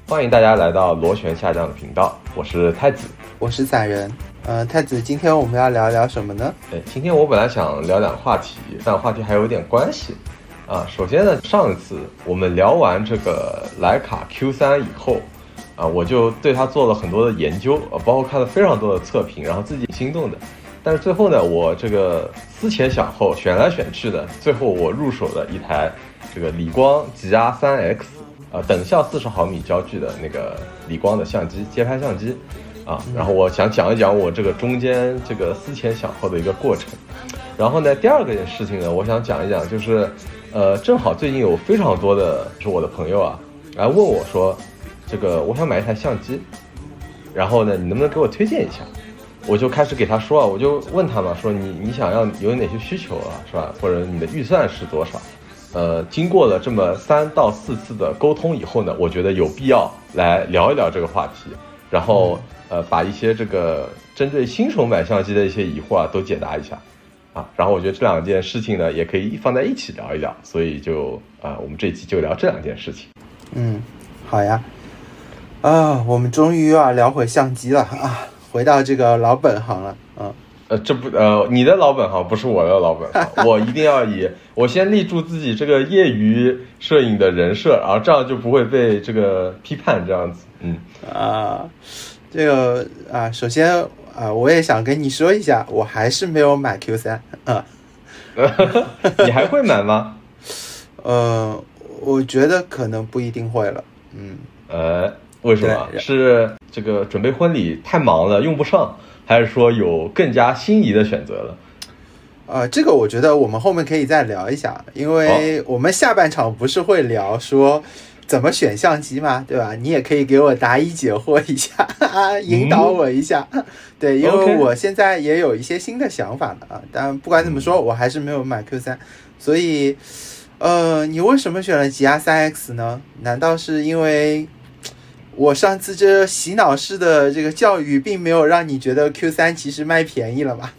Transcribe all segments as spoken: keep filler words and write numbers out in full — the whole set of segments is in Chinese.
欢迎大家来到螺旋下降的频道，我是太子， 我是散人。呃，太子，今天我们要聊聊什么呢？ 哎，今天我本来想聊两个话题，但话题还有点关系啊。首先呢，上一次我们聊完这个徕卡 Q 三以后啊，我就对它做了很多的研究啊，包括看了非常多的测评，然后自己心动的。但是最后呢，我这个思前想后，选来选去的，最后我入手了一台这个理光 G R 三 X 啊，等效四十毫米焦距的那个理光的相机，街拍相机啊。然后我想讲一讲我这个中间这个思前想后的一个过程。然后呢，第二个事情呢，我想讲一讲，就是呃，正好最近有非常多的是我的朋友啊，来问我说，这个我想买一台相机，然后呢，你能不能给我推荐一下？我就开始给他说啊，我就问他嘛，说你你想要有哪些需求啊，是吧？或者你的预算是多少？呃，经过了这么三到四次的沟通以后呢，我觉得有必要来聊一聊这个话题，然后呃，把一些这个针对新手买相机的一些疑惑啊都解答一下啊。然后我觉得这两件事情呢，也可以放在一起聊一聊，所以就啊、呃，我们这一期就聊这两件事情。 嗯，好呀。啊，我们终于又要聊回相机了啊。回到这个老本行了，嗯， 呃，这不，呃，你的老本行不是我的老本行，我一定要以我先立住自己这个业余摄影的人设，然后这样就不会被这个批判，这样子，嗯， 啊，这个啊，首先啊，我也想跟你说一下，我还是没有买 Q 三啊， 你还会买吗？ 呃，我觉得可能不一定会了，嗯， 呃，为什么？是这个准备婚礼太忙了用不上，还是说有更加心仪的选择了？ 呃，这个我觉得我们后面可以再聊一下，因为我们下半场不是会聊说怎么选相机嘛，对吧？你也可以给我答疑解惑一下，引导我一下。嗯、对，因为我现在也有一些新的想法了啊。但不管怎么说，我还是没有买 Q 三，所以，呃，你为什么选了 G R 三 X 呢？难道是因为我上次这洗脑式的这个教育并没有让你觉得 Q 三其实卖便宜了吧？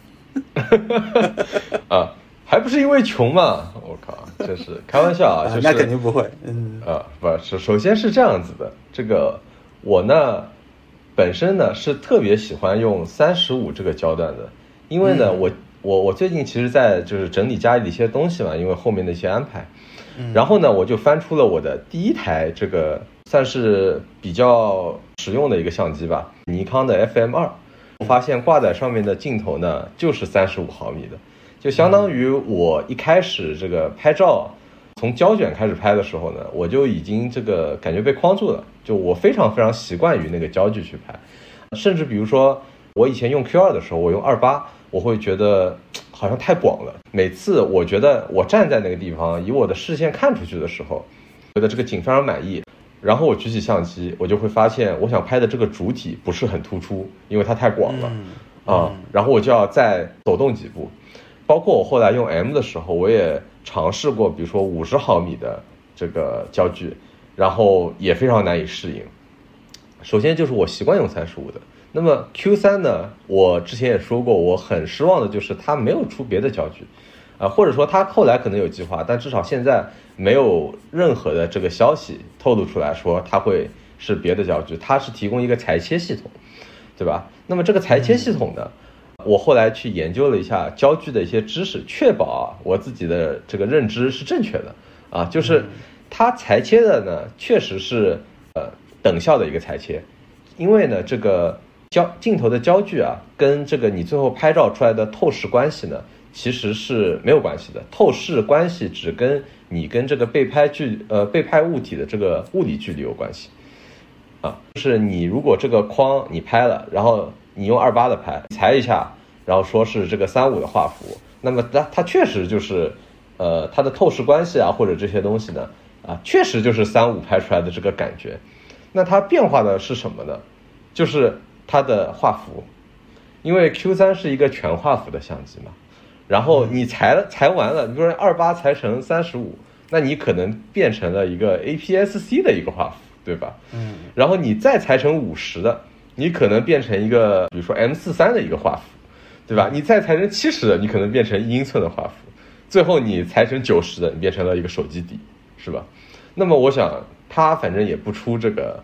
啊，还不是因为穷嘛！我靠，真是开玩笑啊！就是、 那肯定不会，嗯啊，不是，首先是这样子的，这个我呢本身呢是特别喜欢用三十五这个焦段的，因为呢、嗯、我我我最近其实在就是整理家里的一些东西嘛，因为后面的一些安排，嗯、然后呢我就翻出了我的第一台这个算是比较实用的一个相机吧，尼康的 F M 二。我发现挂在上面的镜头呢，就是三十五毫米的，就相当于我一开始这个拍照，从胶卷开始拍的时候呢，我就已经这个感觉被框住了，就我非常非常习惯于那个焦距去拍，甚至比如说我以前用 Q 二的时候，我用二八，我会觉得好像太广了，每次我觉得我站在那个地方，以我的视线看出去的时候，觉得这个景非常满意。然后我举起相机，我就会发现我想拍的这个主体不是很突出，因为它太广了、嗯嗯、啊。然后我就要再走动几步。包括我后来用 M 的时候，我也尝试过，比如说五十毫米的这个焦距，然后也非常难以适应。首先就是我习惯用三十五的。那么 Q 三呢，我之前也说过，我很失望的就是它没有出别的焦距。啊，或者说他后来可能有计划，但至少现在没有任何的这个消息透露出来说它会是别的焦距，它是提供一个裁切系统，对吧？那么这个裁切系统呢，我后来去研究了一下焦距的一些知识，确保啊我自己的这个认知是正确的啊，就是它裁切的呢确实是呃等效的一个裁切，因为呢这个焦镜头的焦距啊跟这个你最后拍照出来的透视关系呢。其实是没有关系的，透视关系只跟你跟这个被拍距呃被拍物体的这个物理距离有关系，啊，就是你如果这个框你拍了，然后你用二八的拍，裁一下，然后说是这个三五的画幅，那么它它确实就是，呃，它的透视关系啊或者这些东西呢，啊，确实就是三五拍出来的这个感觉，那它变化的是什么呢？就是它的画幅，因为 Q 三是一个全画幅的相机嘛。然后你裁了裁完了，你比如说二八裁成三十五，那你可能变成了一个 A P S C 的一个画幅，对吧？嗯。然后你再裁成五十的，你可能变成一个，比如说 M 四三 的一个画幅，对吧？你再裁成七十的，你可能变成一英寸的画幅，最后你裁成九十的，你变成了一个手机底，是吧？那么我想它反正也不出这个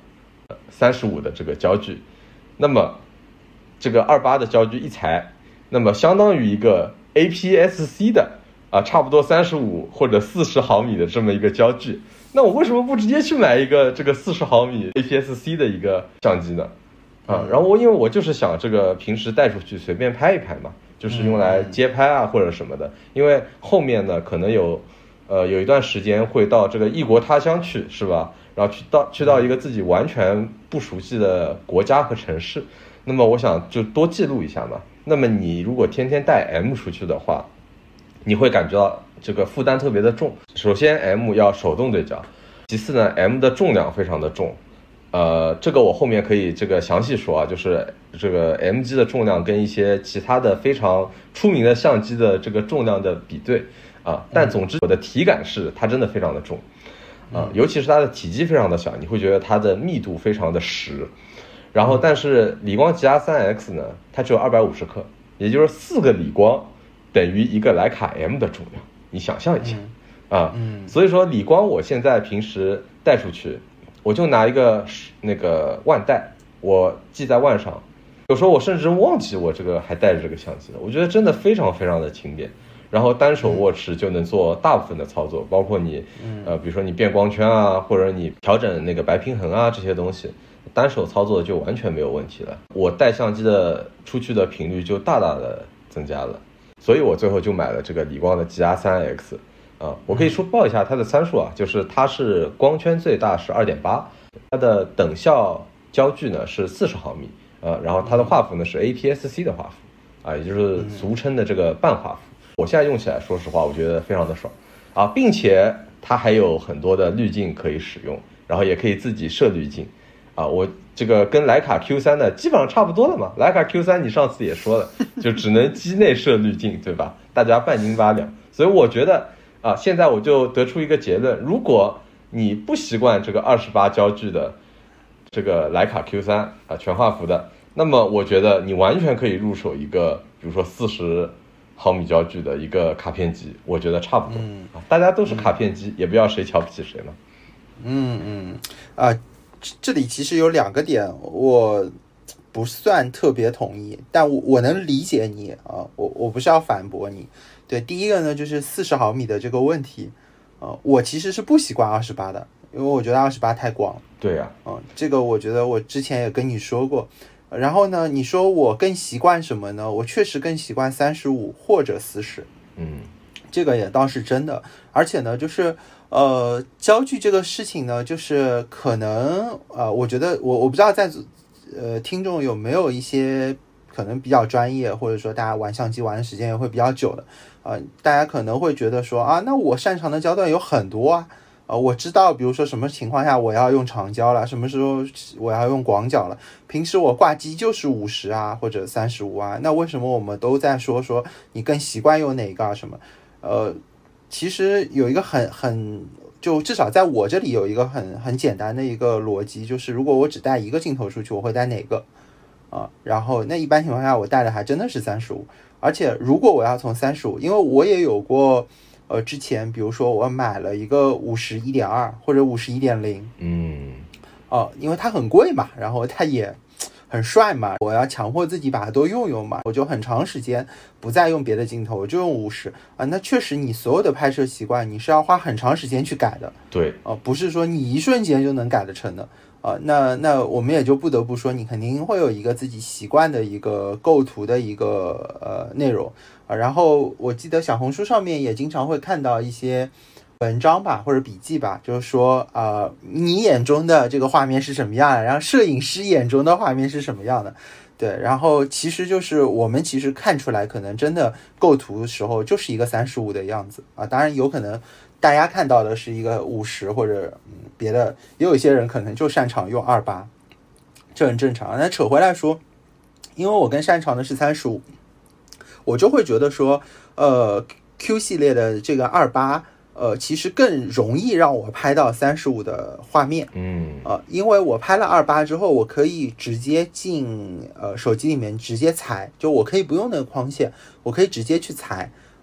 三十五的这个焦距，那么这个二八的焦距一裁，那么相当于一个 A P S C 的啊，差不多三十五或者四十毫米的这么一个焦距。那我为什么不直接去买一个这个四十毫米 A P S C 的一个相机呢？啊，然后我因为我就是想这个平时带出去随便拍一拍嘛，就是用来街拍啊或者什么的。因为后面呢可能有呃有一段时间会到这个异国他乡去，是吧？然后去到去到一个自己完全不熟悉的国家和城市，那么我想就多记录一下嘛。那么你如果天天带 M 出去的话，你会感觉到这个负担特别的重。首先 M 要手动对焦，其次呢 M 的重量非常的重，呃，这个我后面可以这个详细说啊，就是这个 M 机的重量跟一些其他的非常出名的相机的这个重量的比对啊，但总之我的体感是它真的非常的重啊，尤其是它的体积非常的小，你会觉得它的密度非常的实。然后但是理光 G R 三 X 呢，它只有二百五十克，也就是四个理光等于一个徕卡 M 的重量，你想象一下啊，所以说理光我现在平时带出去，我就拿一个那个腕带，我系在腕上，有时候我甚至忘记我这个还带着这个相机了，我觉得真的非常非常的轻便，然后单手握持就能做大部分的操作，包括你呃比如说你变光圈啊，或者你调整那个白平衡啊，这些东西单手操作就完全没有问题了，我带相机的出去的频率就大大的增加了，所以我最后就买了这个理光的 G R 三 X 啊，我可以说报一下它的参数啊，就是它是光圈最大是 二点八， 它的等效焦距呢是四十毫米，呃，然后它的画幅呢是 A P S C 的画幅啊，也就是俗称的这个半画幅。我现在用起来说实话我觉得非常的爽啊，并且它还有很多的滤镜可以使用，然后也可以自己设滤镜啊，我这个跟徕卡 Q 三 呢基本上差不多了嘛，徕卡 Q 三 你上次也说了，就只能机内设滤镜，对吧？大家半斤八两，所以我觉得啊，现在我就得出一个结论，如果你不习惯这个二十八焦距的这个徕卡 Q 三 啊全画幅的，那么我觉得你完全可以入手一个比如说四十毫米焦距的一个卡片机，我觉得差不多、嗯、啊，大家都是卡片机、嗯、也不要谁瞧不起谁嘛。 嗯嗯啊，这里其实有两个点我不算特别同意，但我我能理解你啊，我我不是要反驳你。对，第一个呢就是四十毫米的这个问题，呃，我其实是不习惯二十八的，因为我觉得二十八太广。 对呀、 啊，嗯，这个我觉得我之前也跟你说过。然后呢，你说我更习惯什么呢？我确实更习惯三十五或者四十， 嗯， 这个也倒是真的。而且呢，就是呃，焦距这个事情呢，就是可能呃，我觉得我我不知道在呃听众有没有一些可能比较专业，或者说大家玩相机玩的时间也会比较久的，呃，大家可能会觉得说啊，那我擅长的焦段有很多啊。呃，我知道，比如说什么情况下我要用长焦了，什么时候我要用广角了。平时我挂机就是五十啊，或者三十五啊。那为什么我们都在说说你更习惯用哪个啊什么？呃，其实有一个很很，就至少在我这里有一个很很简单的一个逻辑，就是如果我只带一个镜头出去，我会带哪个啊？然后那一般情况下我带的还真的是三十五，而且如果我要从三十五，因为我也有过。呃，之前比如说我买了一个五十一点二或者五十一点零， 嗯， 哦、呃，因为它很贵嘛，然后它也很帅嘛，我要强迫自己把它都用用嘛，我就很长时间不再用别的镜头，我就用五十啊。那确实，你所有的拍摄习惯你是要花很长时间去改的， 对， 哦、呃，不是说你一瞬间就能改得成的啊、呃。那那我们也就不得不说，你肯定会有一个自己习惯的一个构图的一个呃内容。啊，然后我记得小红书上面也经常会看到一些文章吧，或者笔记吧，就是说，呃，你眼中的这个画面是什么样的，然后摄影师眼中的画面是什么样的，对，然后其实就是我们其实看出来，可能真的构图的时候就是一个三十五的样子啊，当然有可能大家看到的是一个五十或者嗯别的，也有一些人可能就擅长用二八，这很正常。那扯回来说，因为我更擅长的是三十五。我就会觉得说，呃 ，Q 系列的这个二八，呃，其实更容易让我拍到三十五的画面， 嗯， 呃，因为我拍了二八之后，我可以直接进呃手机里面直接裁，就我可以不用那个框线，我可以直接去裁，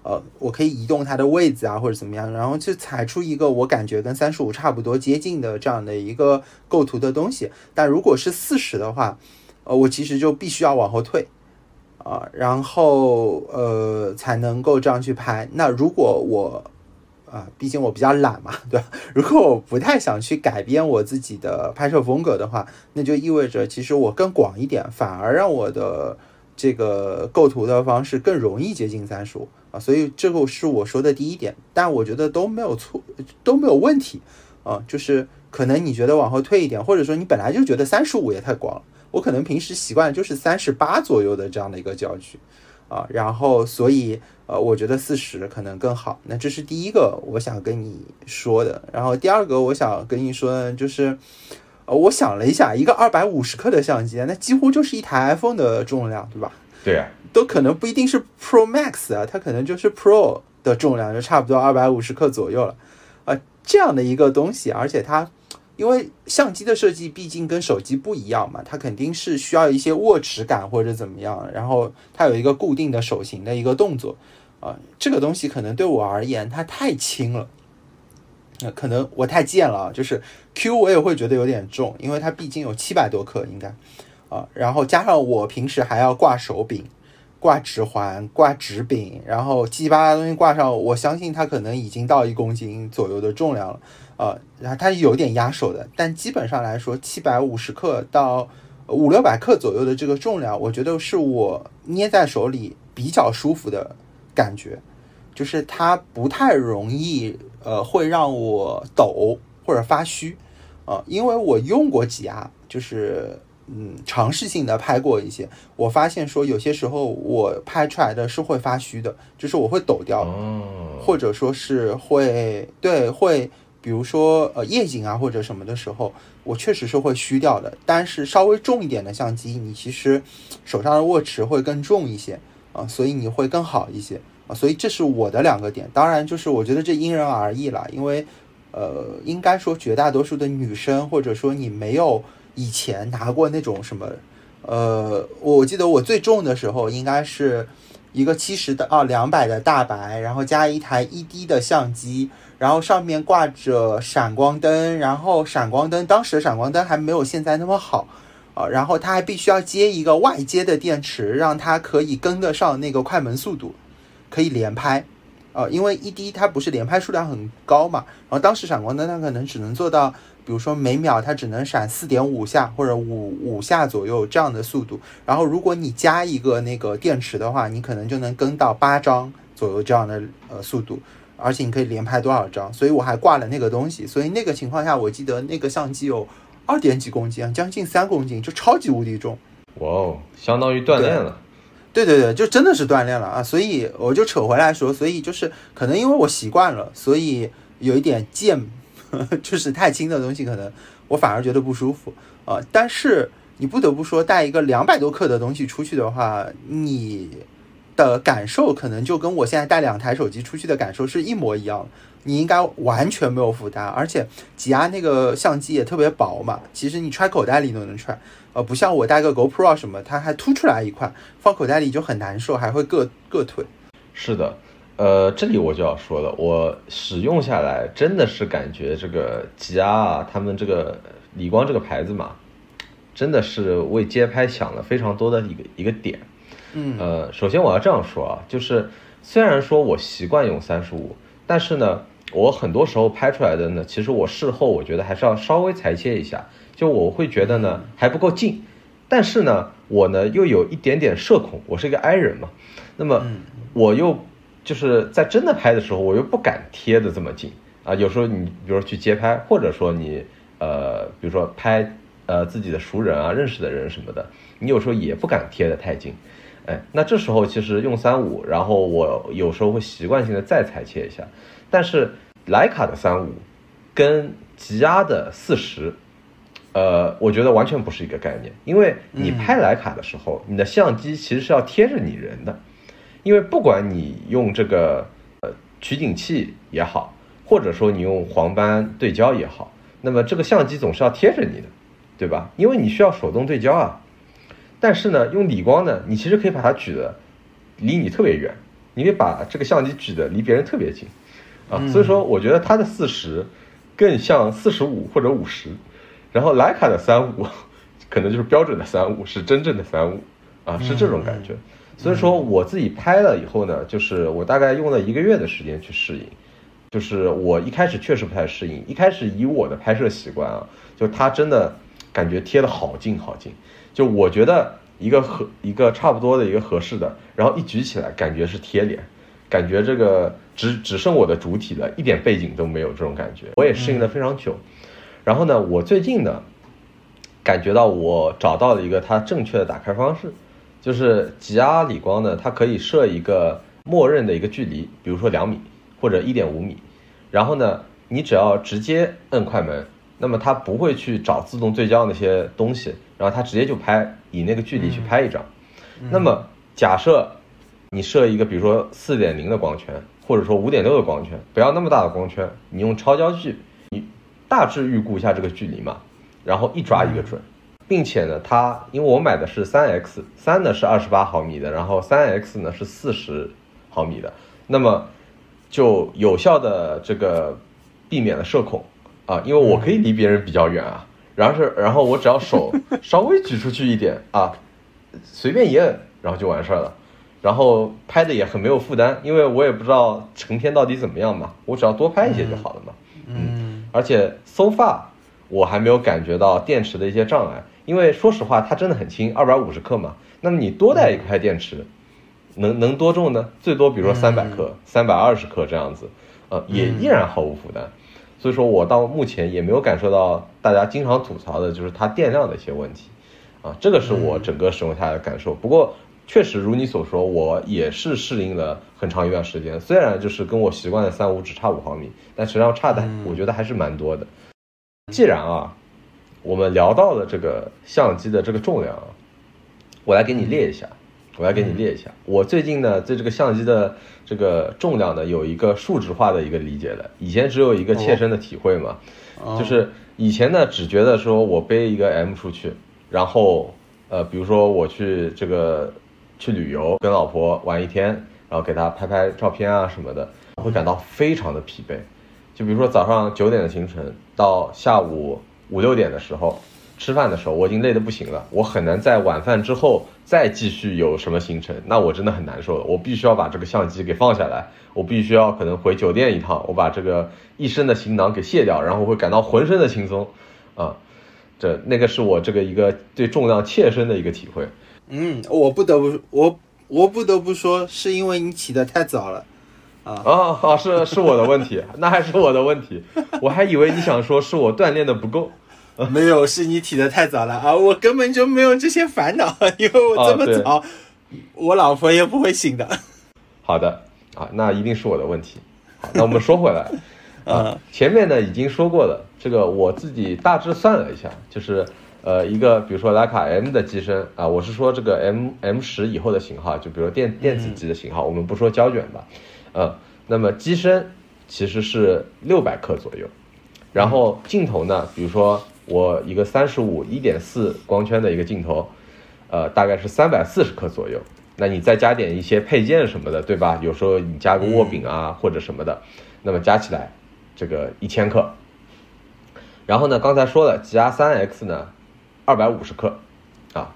呃，我可以移动它的位置啊，或者怎么样，然后就裁出一个我感觉跟三十五差不多接近的这样的一个构图的东西。但如果是四十的话，呃，我其实就必须要往后退啊、呃，然后呃才能够这样去拍。那如果我啊，毕竟我比较懒嘛，对吧？如果我不太想去改变我自己的拍摄风格的话，那就意味着其实我更广一点，反而让我的这个构图的方式更容易接近三十五啊。所以这个是我说的第一点，但我觉得都没有错，都没有问题啊。就是可能你觉得往后退一点，或者说你本来就觉得三十五也太广了，我可能平时习惯就是三十八左右的这样的一个焦距。啊，然后所以呃，我觉得四十可能更好。那这是第一个我想跟你说的。然后第二个我想跟你说的就是，呃，我想了一下，一个二百五十克的相机，那几乎就是一台 iPhone 的重量，对吧？ 对啊， 都可能不一定是 Pro Max 啊，它可能就是 Pro 的重量，就差不多二百五十克左右了。啊、呃，这样的一个东西，而且它。因为相机的设计毕竟跟手机不一样嘛，它肯定是需要一些握持感或者怎么样，然后它有一个固定的手型的一个动作啊、呃，这个东西可能对我而言它太轻了，呃、可能我太贱了，就是 Q 我也会觉得有点重，因为它毕竟有七百多克应该啊、呃，然后加上我平时还要挂手柄、挂指环、挂指柄，然后七七八八东西挂上，我相信它可能已经到一公斤左右的重量了。呃，然后它有点压手的，但基本上来说，七百五十克到五六百克左右的这个重量，我觉得是我捏在手里比较舒服的感觉，就是它不太容易呃会让我抖或者发虚啊、呃，因为我用过挤压，就是嗯尝试性的拍过一些，我发现说有些时候我拍出来的是会发虚的，就是我会抖掉， 哦， 或者说是会对会。比如说呃夜景啊或者什么的时候，我确实是会虚掉的。但是稍微重一点的相机，你其实手上的握持会更重一些啊，所以你会更好一些啊。所以这是我的两个点。当然，就是我觉得这因人而异了，因为呃，应该说绝大多数的女生，或者说你没有以前拿过那种什么呃，我记得我最重的时候应该是一个七十的啊两百的大白，然后加一台 E D 的相机。然后上面挂着闪光灯，然后闪光灯当时的闪光灯还没有现在那么好啊、呃，然后它还必须要接一个外接的电池，让它可以跟得上那个快门速度，可以连拍啊、呃，因为 E D 它不是连拍数量很高嘛，然后当时闪光灯它可能只能做到，比如说每秒它只能闪 四点五 下或者五五下左右这样的速度，然后如果你加一个那个电池的话，你可能就能跟到八张左右这样的呃速度。而且你可以连拍多少张，所以我还挂了那个东西，所以那个情况下，我记得那个相机有二点几公斤，将近三公斤，就超级无敌重。 哇哦，相当于锻炼了。 对对对，就真的是锻炼了啊！所以我就扯回来说，所以就是可能因为我习惯了，所以有一点贱，就是太轻的东西，可能我反而觉得不舒服啊、呃。但是你不得不说，带一个两百多克的东西出去的话，你的感受可能就跟我现在带两台手机出去的感受是一模一样的，你应该完全没有负担，而且挤压那个相机也特别薄嘛，其实你揣口袋里都能揣，呃，不像我带个 GoPro 什么，它还凸出来一块，放口袋里就很难受，还会硌硌腿。 是的，呃，这里我就要说了，我使用下来真的是感觉这个吉亚啊，他们这个理光这个牌子嘛，真的是为街拍想了非常多的一个一个点。 嗯， 呃，首先我要这样说啊，就是虽然说我习惯用三十五，但是呢，我很多时候拍出来的呢，其实我事后我觉得还是要稍微裁切一下，就我会觉得呢还不够近，但是呢，我呢又有一点点社恐，我是一个 I 人嘛，那么我又就是在真的拍的时候，我又不敢贴的这么近啊，有时候你比如说去街拍，或者说你呃，比如说拍呃自己的熟人啊、认识的人什么的，你有时候也不敢贴得太近。哎，那这时候其实用三五，然后我有时候会习惯性的再裁切一下，但是徕卡的三五跟吉亚的四十，呃，我觉得完全不是一个概念，因为你拍徕卡的时候，你的相机其实是要贴着你人的，因为不管你用这个呃取景器也好，或者说你用黄斑对焦也好，那么这个相机总是要贴着你的，对吧？因为你需要手动对焦啊。但是呢，用理光呢，你其实可以把它举得离你特别远， 你会把这个相机举得离别人特别近啊，所以说我觉得它的四十更像四十五或者五十，然后徕卡的三五可能就是标准的三五，是真正的三五啊，是这种感觉。所以说我自己拍了以后呢，就是我大概用了一个月的时间去适应。就是我一开始确实不太适应，一开始以我的拍摄习惯啊，就它真的感觉贴得好近好近，就我觉得一个合一个差不多的一个合适的，然后一举起来感觉是贴脸，感觉这个只只剩我的主体了，一点背景都没有这种感觉，我也适应了非常久。然后呢，我最近呢感觉到我找到了一个它正确的打开方式，就是吉阿理光呢，它可以设一个默认的一个距离，比如说两米或者 一点五米，然后呢你只要直接摁快门，那么它不会去找自动对焦那些东西，然后它直接就拍，以那个距离去拍一张。嗯、那么假设你设一个比如说 四点零 的光圈，或者说 五点六 的光圈，不要那么大的光圈，你用超焦距，你大致预估一下这个距离嘛，然后一抓一个准。并且呢它因为我买的是 三 X， 三呢是二十八毫米的，然后 三 X 呢是四十毫米的，那么就有效的这个避免了射孔啊，因为我可以离别人比较远啊，然后是然后我只要手稍微举出去一点啊，随便一摁，然后就完事儿了，然后拍的也很没有负担，因为我也不知道成片到底怎么样嘛，我只要多拍一些就好了嘛。嗯，而且 so far 我还没有感觉到电池的一些障碍，因为说实话它真的很轻，二百五十克嘛，那么你多带一块电池。能能多重呢？最多比如说三百克、三百二十克这样子，呃，也依然毫无负担。所以说我到目前也没有感受到大家经常吐槽的就是它电量的一些问题，啊，这个是我整个使用下来的感受。不过确实如你所说，我也是适应了很长一段时间，虽然就是跟我习惯的三五只差五毫米，但实际上差的我觉得还是蛮多的。既然啊，我们聊到了这个相机的这个重量啊，我来给你列一下。我来给你列一下，我最近呢对这个相机的这个重量呢有一个数值化的一个理解的，以前只有一个切身的体会嘛，哦、就是以前呢只觉得说我背一个 M 出去，然后呃比如说我去这个去旅游，跟老婆玩一天，然后给她拍拍照片啊什么的，会感到非常的疲惫。就比如说早上九点的行程到下午五六点的时候。吃饭的时候我已经累得不行了，我很难在晚饭之后再继续有什么行程，那我真的很难受了，我必须要把这个相机给放下来，我必须要可能回酒店一趟，我把这个一身的行囊给卸掉，然后会感到浑身的轻松啊，这那个是我这个一个对重量切身的一个体会。 嗯，我不得不我我不得不说是因为你起得太早了啊啊啊是是我的问题那还是我的问题，我还以为你想说是我锻炼的不够。 没有，是你起得太早了啊！我根本就没有这些烦恼，因为我这么早，哦、我老婆也不会醒的。 好的啊，那一定是我的问题。好，那我们说回来啊，前面呢已经说过了，这个我自己大致算了一下，就是呃一个比如说徕卡 M 的机身啊，我是说这个 M M 十以后的型号，就比如电电子机的型号，嗯、我们不说胶卷吧，呃，那么机身其实是六百克左右，然后镜头呢，比如说。我一个三十五 一点四 光圈的一个镜头，呃，大概是三百四十克左右。那你再加点一些配件什么的，对吧？有时候你加个握柄啊、嗯、或者什么的，那么加起来这个一千克。然后呢，刚才说了 G R 三 X 呢二百五十克啊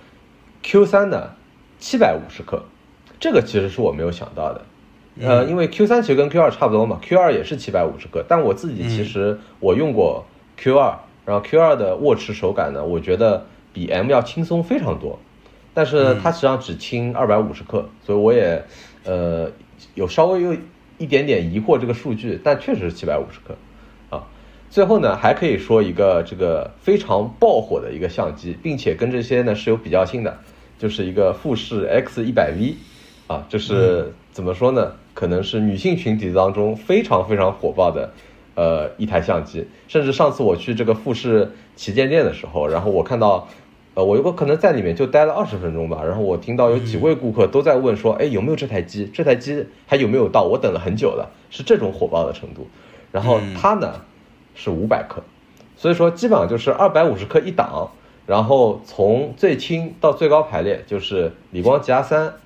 ，Q 三 呢七百五十克，这个其实是我没有想到的。呃，因为 Q 三 其实跟 Q 二差不多嘛 ，Q 二也是七百五十克，但我自己其实我用过 Q 二。然后 Q 二 的握持手感呢，我觉得比 M 要轻松非常多，但是它实际上只轻二百五十克，所以我也呃有稍微有一点点疑惑这个数据，但确实是七百五十克啊。最后呢，还可以说一个这个非常爆火的一个相机，并且跟这些呢是有比较性的，就是一个富士 X 一百 V 啊，这是怎么说呢？可能是女性群体当中非常非常火爆的。呃，一台相机，甚至上次我去这个富士旗舰店的时候，然后我看到，呃，我有个可能在里面就待了二十分钟吧，然后我听到有几位顾客都在问说，哎，有没有这台机？这台机还有没有到？我等了很久了，是这种火爆的程度。然后它呢是五百克，所以说基本上就是二百五十克一档，然后从最轻到最高排列就是理光 G R 三，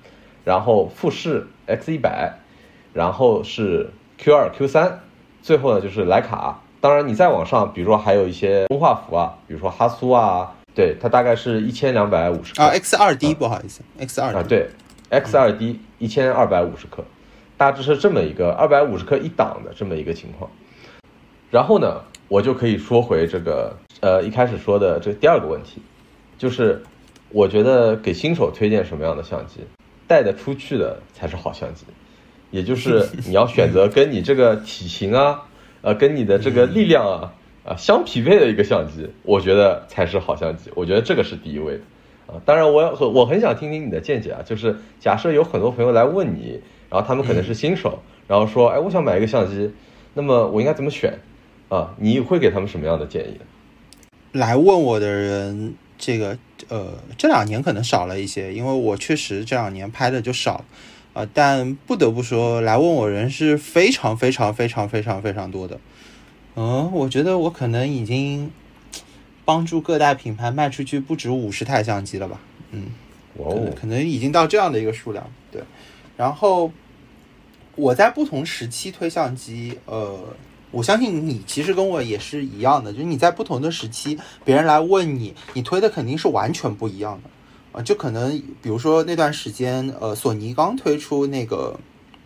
然后富士 X 一百，然后是 Q 二 Q 三，最后呢就是徕卡。当然你再往上，比如说还有一些风画幅啊，比如说哈苏啊，对，它大概是一千两百五十克啊 X 二 D、啊、不好意思 X 二 D 啊，对 X 二 D 一千二百五十克，大致是这么一个二百五十克一档的这么一个情况。然后呢，我就可以说回这个呃一开始说的这第二个问题，就是我觉得给新手推荐什么样的相机，带得出去的才是好相机，也就是你要选择跟你这个体型啊。呃，跟你的这个力量啊啊相匹配的一个相机，我觉得才是好相机。我觉得这个是第一位的啊。当然我，我我很想听听你的见解啊。就是假设有很多朋友来问你，然后他们可能是新手，然后说，哎，我想买一个相机，那么我应该怎么选啊？你会给他们什么样的建议呢？ 来问我的人，这个呃，这两年可能少了一些，因为我确实这两年拍的就少了。呃，但不得不说，来问我人是非常非常非常非常非常多的。嗯，我觉得我可能已经帮助各大品牌卖出去不止五十台相机了吧？嗯，可能可能已经到这样的一个数量。对，然后我在不同时期推相机，呃，我相信你其实跟我也是一样的，就是你在不同的时期，别人来问你，你推的肯定是完全不一样的。就可能比如说那段时间呃索尼刚推出那个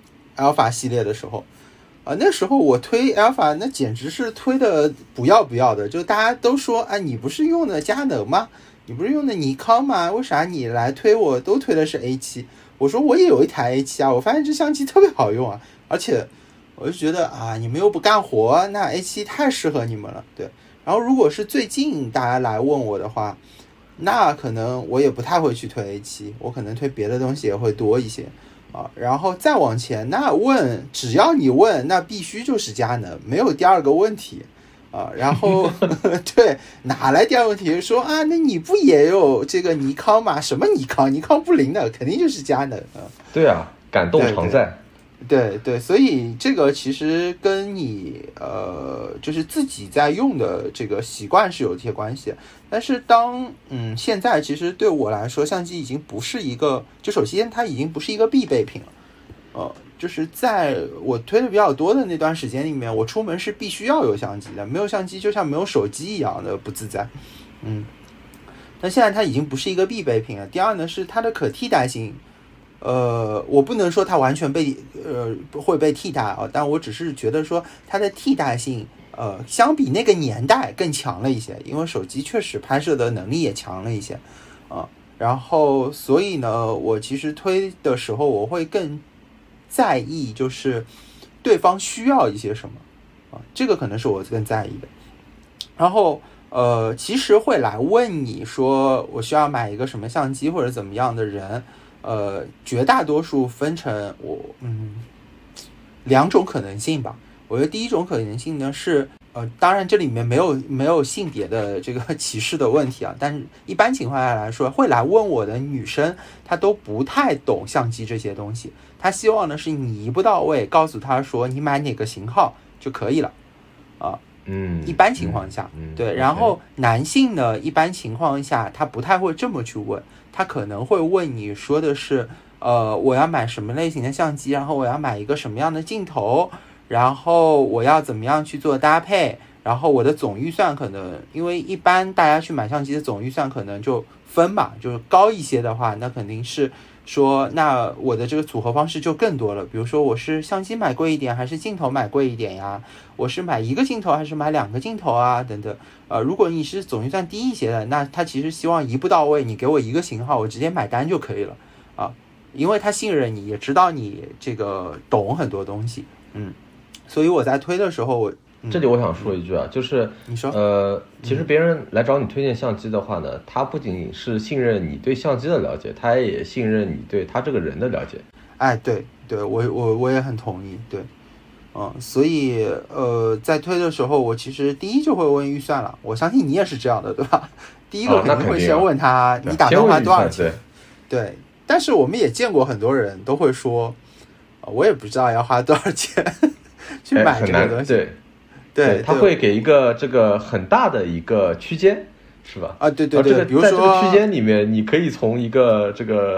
Alpha 系列的时候啊、呃，那时候我推 Alpha 那简直是推的不要不要的，就大家都说啊，你不是用的佳能吗？你不是用的尼康吗？为啥你来推我都推的是 A 七？ 我说我也有一台 A 七 啊，我发现这相机特别好用啊，而且我就觉得啊，你们又不干活，那 A 七 太适合你们了。对，然后如果是最近大家来问我的话，那可能我也不太会去推 A 七， 我可能推别的东西也会多一些啊。然后再往前，那问只要你问，那必须就是佳能，没有第二个问题啊。然后对，哪来第二个问题？说啊，那你不也有这个尼康吗？什么尼康？尼康不灵的，肯定就是佳能啊。 对啊，感动常在。 对 对, 对，所以这个其实跟你呃，就是自己在用的这个习惯是有一些关系。但是当嗯，现在其实对我来说，相机已经不是一个，就首先它已经不是一个必备品了。呃，就是在我推的比较多的那段时间里面，我出门是必须要有相机的，没有相机就像没有手机一样的不自在。嗯，但现在它已经不是一个必备品了。第二呢，是它的可替代性。呃，我不能说它完全被呃会被替代啊，但我只是觉得说它的替代性，呃，相比那个年代更强了一些，因为手机确实拍摄的能力也强了一些啊。然后，所以呢，我其实推的时候，我会更在意就是对方需要一些什么啊，这个可能是我更在意的。然后，呃，其实会来问你说我需要买一个什么相机或者怎么样的人。呃，绝大多数分成我嗯两种可能性吧。我觉得第一种可能性呢是，呃，当然这里面没有没有性别的这个歧视的问题啊，但是一般情况下来说，会来问我的女生，她都不太懂相机这些东西，她希望的是你一步到位，告诉她说你买哪个型号就可以了啊。 嗯， 一般情况下， 嗯嗯、 对。然后男性呢，一般情况下他不太会这么去问。他可能会问你说的是，呃，我要买什么类型的相机，然后我要买一个什么样的镜头，然后我要怎么样去做搭配，然后我的总预算可能，因为一般大家去买相机的总预算可能就分嘛，就是高一些的话，那肯定是说，那我的这个组合方式就更多了。比如说我是相机买贵一点，还是镜头买贵一点呀？我是买一个镜头还是买两个镜头啊？等等。呃，如果你是总预算低一些的，那他其实希望一步到位，你给我一个型号，我直接买单就可以了啊，因为他信任你，也知道你这个懂很多东西，嗯，所以我在推的时候，我、嗯、 这里我想说一句啊，就是你说， 呃，其实别人来找你推荐相机的话呢，他不仅仅是信任你对相机的了解，他也信任你对他这个人的了解。 哎，对对，我我我也很同意，对。嗯，所以呃，在推的时候，我其实第一就会问预算了。我相信你也是这样的，对吧？第一个肯定会先问他，哦、你打算花多少钱？对, 对。但是我们也见过很多人都会说，我也不知道要花多少钱去买这个东西。 对, 对, 对，他会给一个这个很大的一个区间，是吧？ 啊，对对对。 这个比如说在这个区间里面，你可以从一个这个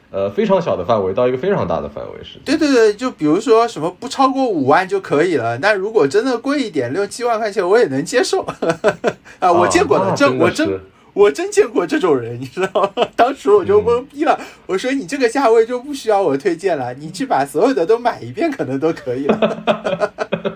呃非常小的范围到一个非常大的范围是。 对对对，就比如说什么不超过五万就可以了，那如果真的贵一点，六七万块钱我也能接受啊，我见过的，这、 啊、 我真我真见过这种人，你知道吗？当时我就懵逼了，嗯、我说你这个价位就不需要我推荐了，你去把所有的都买一遍可能都可以了。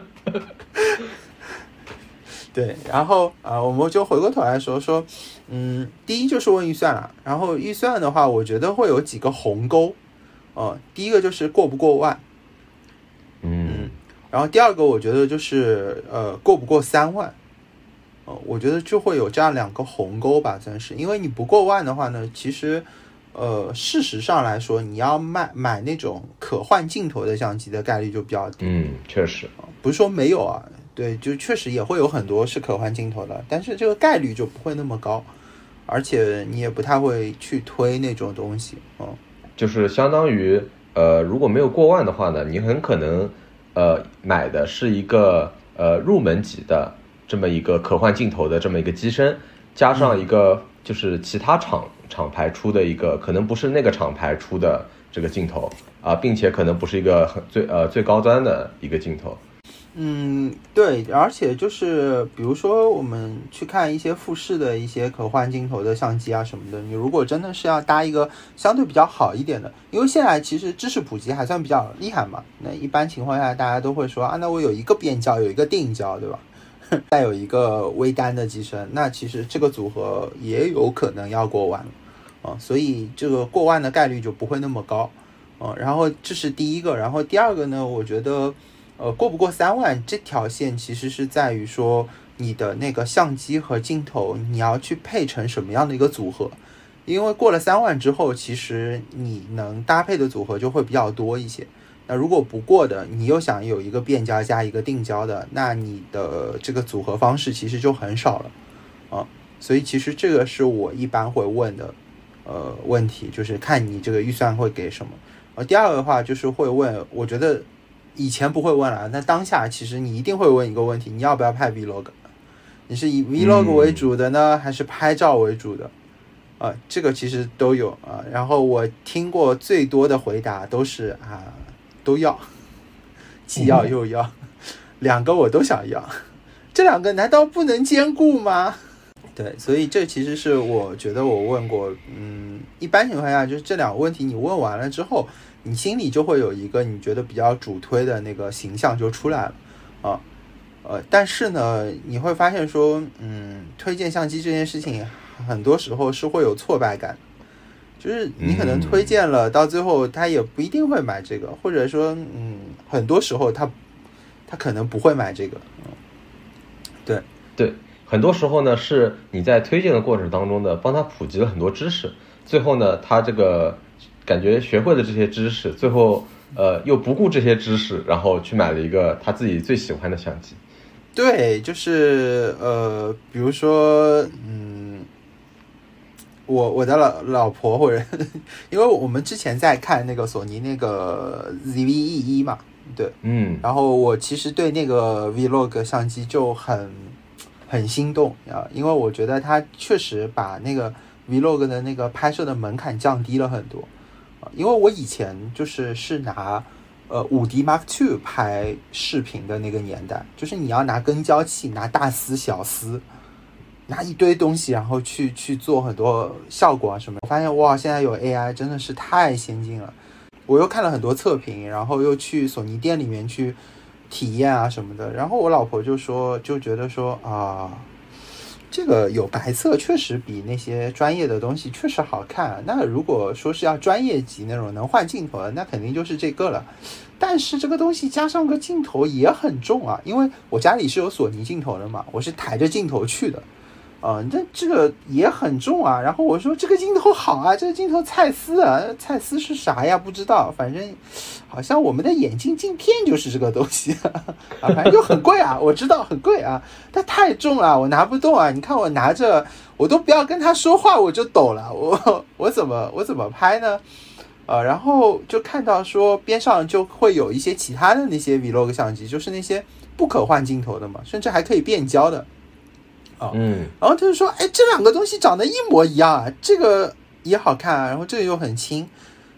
对，然后啊、呃，我们就回过头来说说，嗯，第一就是问预算了，然后预算的话，我觉得会有几个鸿沟，哦、呃，第一个就是过不过万， 嗯， 然后第二个我觉得就是呃过不过三万，哦、呃，我觉得就会有这样两个鸿沟吧，算是，因为你不过万的话呢，其实呃事实上来说，你要买买那种可换镜头的相机的概率就比较低， 嗯，确实， 不是说没有啊。对，就确实也会有很多是可换镜头的，但是这个概率就不会那么高，而且你也不太会去推那种东西，嗯， 就是相当于呃，如果没有过万的话呢，你很可能呃买的是一个呃入门级的这么一个可换镜头的这么一个机身，加上一个就是其他厂厂牌出的一个，可能不是那个厂牌出的这个镜头啊、呃，并且可能不是一个很最呃最高端的一个镜头。 嗯，对，而且就是比如说我们去看一些富士的一些可换镜头的相机啊什么的，你如果真的是要搭一个相对比较好一点的，因为现在其实知识普及还算比较厉害嘛，那一般情况下大家都会说啊，那我有一个变焦，有一个定焦，对吧？再有一个微单的机身，那其实这个组合也有可能要过万啊，所以这个过万的概率就不会那么高啊。然后这是第一个，然后第二个呢，我觉得。呃，过不过三万这条线其实是在于说你的那个相机和镜头你要去配成什么样的一个组合，因为过了三万之后，其实你能搭配的组合就会比较多一些。那如果不过的，你又想有一个变焦加一个定焦的，那你的这个组合方式其实就很少了啊。所以其实这个是我一般会问的呃问题，就是看你这个预算会给什么。呃，第二个的话就是会问，我觉得。以前不会问了，那当下其实你一定会问一个问题，你要不要拍 vlog？ 你是以 vlog 为主的呢、嗯、还是拍照为主的啊？这个其实都有啊。然后我听过最多的回答都是啊，都要，既要又要、嗯、两个我都想要，这两个难道不能兼顾吗？对，所以这其实是我觉得我问过，嗯，一般情况下就是这两个问题你问完了之后，你心里就会有一个你觉得比较主推的那个形象就出来了啊，呃，但是呢，你会发现说，嗯，推荐相机这件事情，很多时候是会有挫败感，就是你可能推荐了，到最后他也不一定会买这个，或者说，嗯，很多时候他他可能不会买这个，嗯，对对。很多时候呢，是你在推荐的过程当中呢，帮他普及了很多知识，最后呢，他这个感觉学会了这些知识，最后呃又不顾这些知识，然后去买了一个他自己最喜欢的相机。 对，就是呃，比如说，嗯，我我的老老婆或者，因为我们之前在看那个索尼那个 Z V E 一嘛，对， 嗯， 然后我其实对那个 Vlog 相机就很。很心动啊，因为我觉得它确实把那个 Vlog 的那个拍摄的门槛降低了很多啊。因为我以前就是是拿呃 五 D Mark 二 拍视频的那个年代，就是你要拿跟焦器、拿大丝、小丝，拿一堆东西，然后去去做很多效果啊什么。我发现哇，现在有 A I 真的是太先进了。我又看了很多测评，然后又去索尼店里面去。体验啊什么的，然后我老婆就说，就觉得说啊，这个有白色确实比那些专业的东西确实好看。那如果说是要专业级那种能换镜头的，那肯定就是这个了。但是这个东西加上个镜头也很重啊，因为我家里是有索尼镜头的嘛，我是抬着镜头去的。啊、呃，这这个也很重啊。然后我说这个镜头好啊，这个镜头蔡司啊，蔡司是啥呀？不知道，反正好像我们的眼镜镜片就是这个东西啊，反正就很贵啊，我知道很贵啊，但太重了，我拿不动啊。你看我拿着，我都不要跟他说话，我就抖了，我我怎么我怎么拍呢？呃，然后就看到说边上就会有一些其他的那些 Vlog 相机，就是那些不可换镜头的嘛，甚至还可以变焦的。 嗯， 然后他就说，哎，这两个东西长得一模一样啊，这个也好看啊，然后这个又很轻，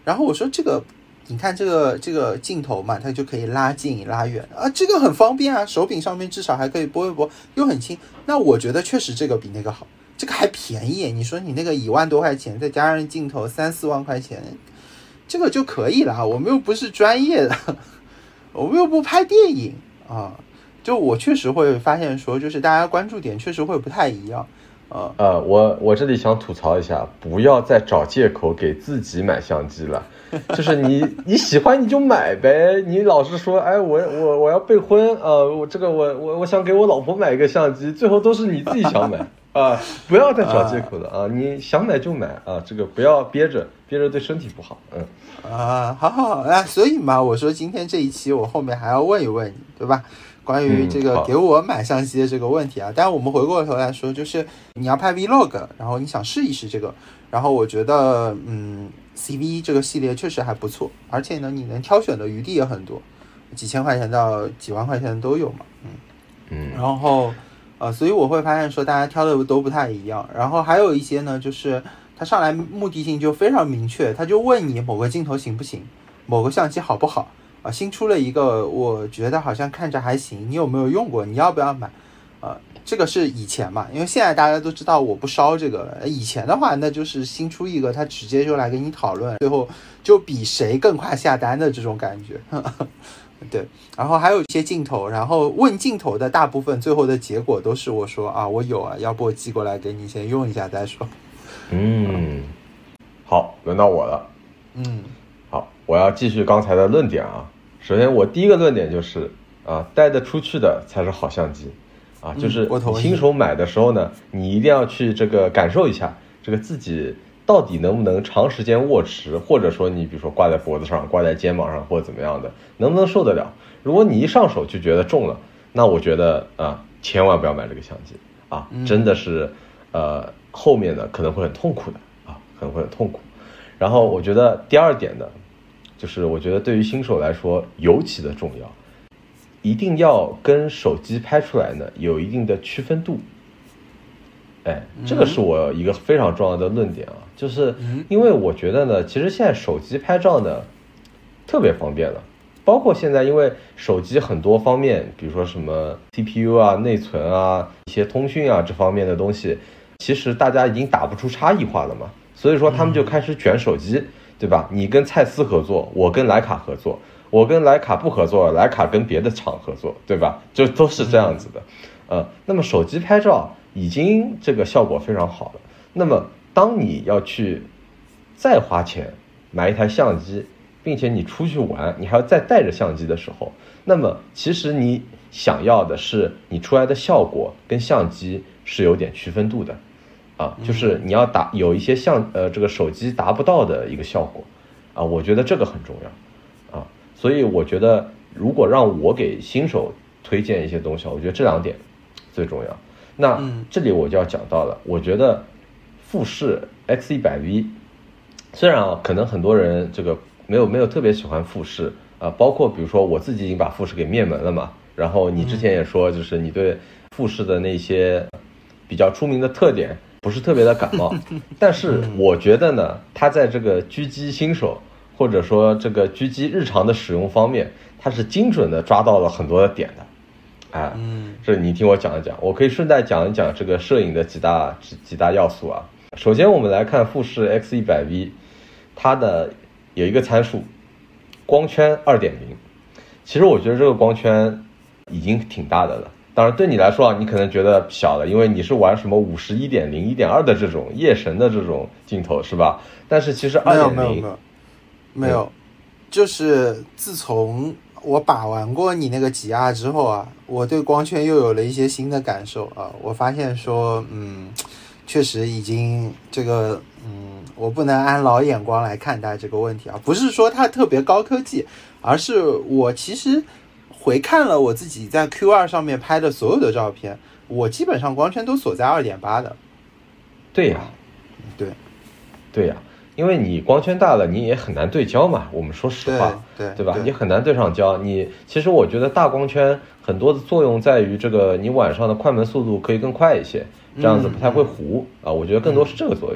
然后我说这个你看这个这个镜头嘛，它就可以拉近拉远啊，这个很方便啊，手柄上面至少还可以拨一拨，又很轻。那我觉得确实这个比那个好，这个还便宜。你说你那个一万多块钱，再加上镜头三四万块钱，这个就可以了。我们又不是专业的，我们又不拍电影啊。就我确实会发现说，就是大家关注点确实会不太一样。呃呃，我我这里想吐槽一下，不要再找借口给自己买相机了。就是你你喜欢你就买呗，你老是说，哎，我我我要备婚啊、呃，我这个我我我想给我老婆买一个相机，最后都是你自己想买啊，不要再找借口了啊，你想买就买啊，这个不要憋着，憋着对身体不好。嗯啊，好好啊，所以嘛，我说今天这一期我后面还要问一问你，对吧？关于这个给我买相机的这个问题啊，但是我们回过头来说，就是你要拍 vlog， 然后你想试一试这个，然后我觉得嗯 C V 这个系列确实还不错，而且呢你能挑选的余地也很多，几千块钱到几万块钱都有嘛，嗯嗯， 然后呃，所以我会发现说大家挑的都不太一样，然后还有一些呢，就是他上来目的性就非常明确，他就问你某个镜头行不行，某个相机好不好。啊，新出了一个，我觉得好像看着还行，你有没有用过？你要不要买？呃，这个是以前嘛，因为现在大家都知道我不烧这个了。以前的话，那就是新出一个，他直接就来跟你讨论，最后就比谁更快下单的这种感觉。对，然后还有一些镜头，然后问镜头的大部分最后的结果都是我说啊，我有啊，要不我寄过来给你先用一下再说。 嗯，好，轮到我了。 嗯， 好，我要继续刚才的论点啊。首先，我第一个论点就是啊，带得出去的才是好相机，啊，就是你新手买的时候呢，你一定要去这个感受一下，这个自己到底能不能长时间握持，或者说你比如说挂在脖子上、挂在肩膀上或者怎么样的，能不能受得了？如果你一上手就觉得重了，那我觉得啊，千万不要买这个相机啊，真的是呃后面呢可能会很痛苦的啊，可能会很痛苦。然后我觉得第二点呢。就是我觉得对于新手来说尤其的重要，一定要跟手机拍出来呢有一定的区分度。哎，这个是我一个非常重要的论点啊，就是因为我觉得呢，其实现在手机拍照呢特别方便了，包括现在因为手机很多方面，比如说什么 C P U 啊、内存啊、一些通讯啊这方面的东西，其实大家已经打不出差异化了嘛，所以说他们就开始卷手机。对吧？你跟蔡司合作，我跟徕卡合作，我跟徕卡不合作，徕卡跟别的厂合作，对吧？就都是这样子的。呃，那么手机拍照已经这个效果非常好了。那么当你要去再花钱买一台相机，并且你出去玩，你还要再带着相机的时候，那么其实你想要的是你出来的效果跟相机是有点区分度的。啊，就是你要达有一些像呃这个手机达不到的一个效果，啊，我觉得这个很重要，啊，所以我觉得如果让我给新手推荐一些东西，我觉得这两点最重要。那这里我就要讲到了，我觉得富士 X 一百 V， 虽然啊可能很多人这个没有没有特别喜欢富士啊，包括比如说我自己已经把富士给灭门了嘛，然后你之前也说就是你对富士的那些比较出名的特点不是特别的感冒，但是我觉得呢，它在这个狙击新手或者说这个狙击日常的使用方面，它是精准的抓到了很多的点的。哎，嗯，这你听我讲一讲，我可以顺带讲一讲这个摄影的几大几几大要素啊。首先我们来看富士 X 一百 V， 它的有一个参数，光圈 二点零， 其实我觉得这个光圈已经挺大的了。当然对你来说啊，你可能觉得小了，因为你是玩什么五十一点零、一点二的这种夜神的这种镜头是吧？但是其实二点零没有没有没有没有，就是自从我把玩过你那个几亚之后啊，我对光圈又有了一些新的感受啊。我发现说，嗯，确实已经这个，嗯，我不能按老眼光来看待这个问题啊。不是说它特别高科技，而是我其实回看了我自己在 Q 二 上面拍的所有的照片，我基本上光圈都锁在 二点八 的。 对呀， 对， 对呀。因为你光圈大了，你也很难对焦嘛。我们说实话， 对对对吧？ 对你很难对上焦。你其实我觉得大光圈很多的作用在于这个，你晚上的快门速度可以更快一些，这样子不太会糊、嗯、啊。我觉得更多是这个作用。嗯、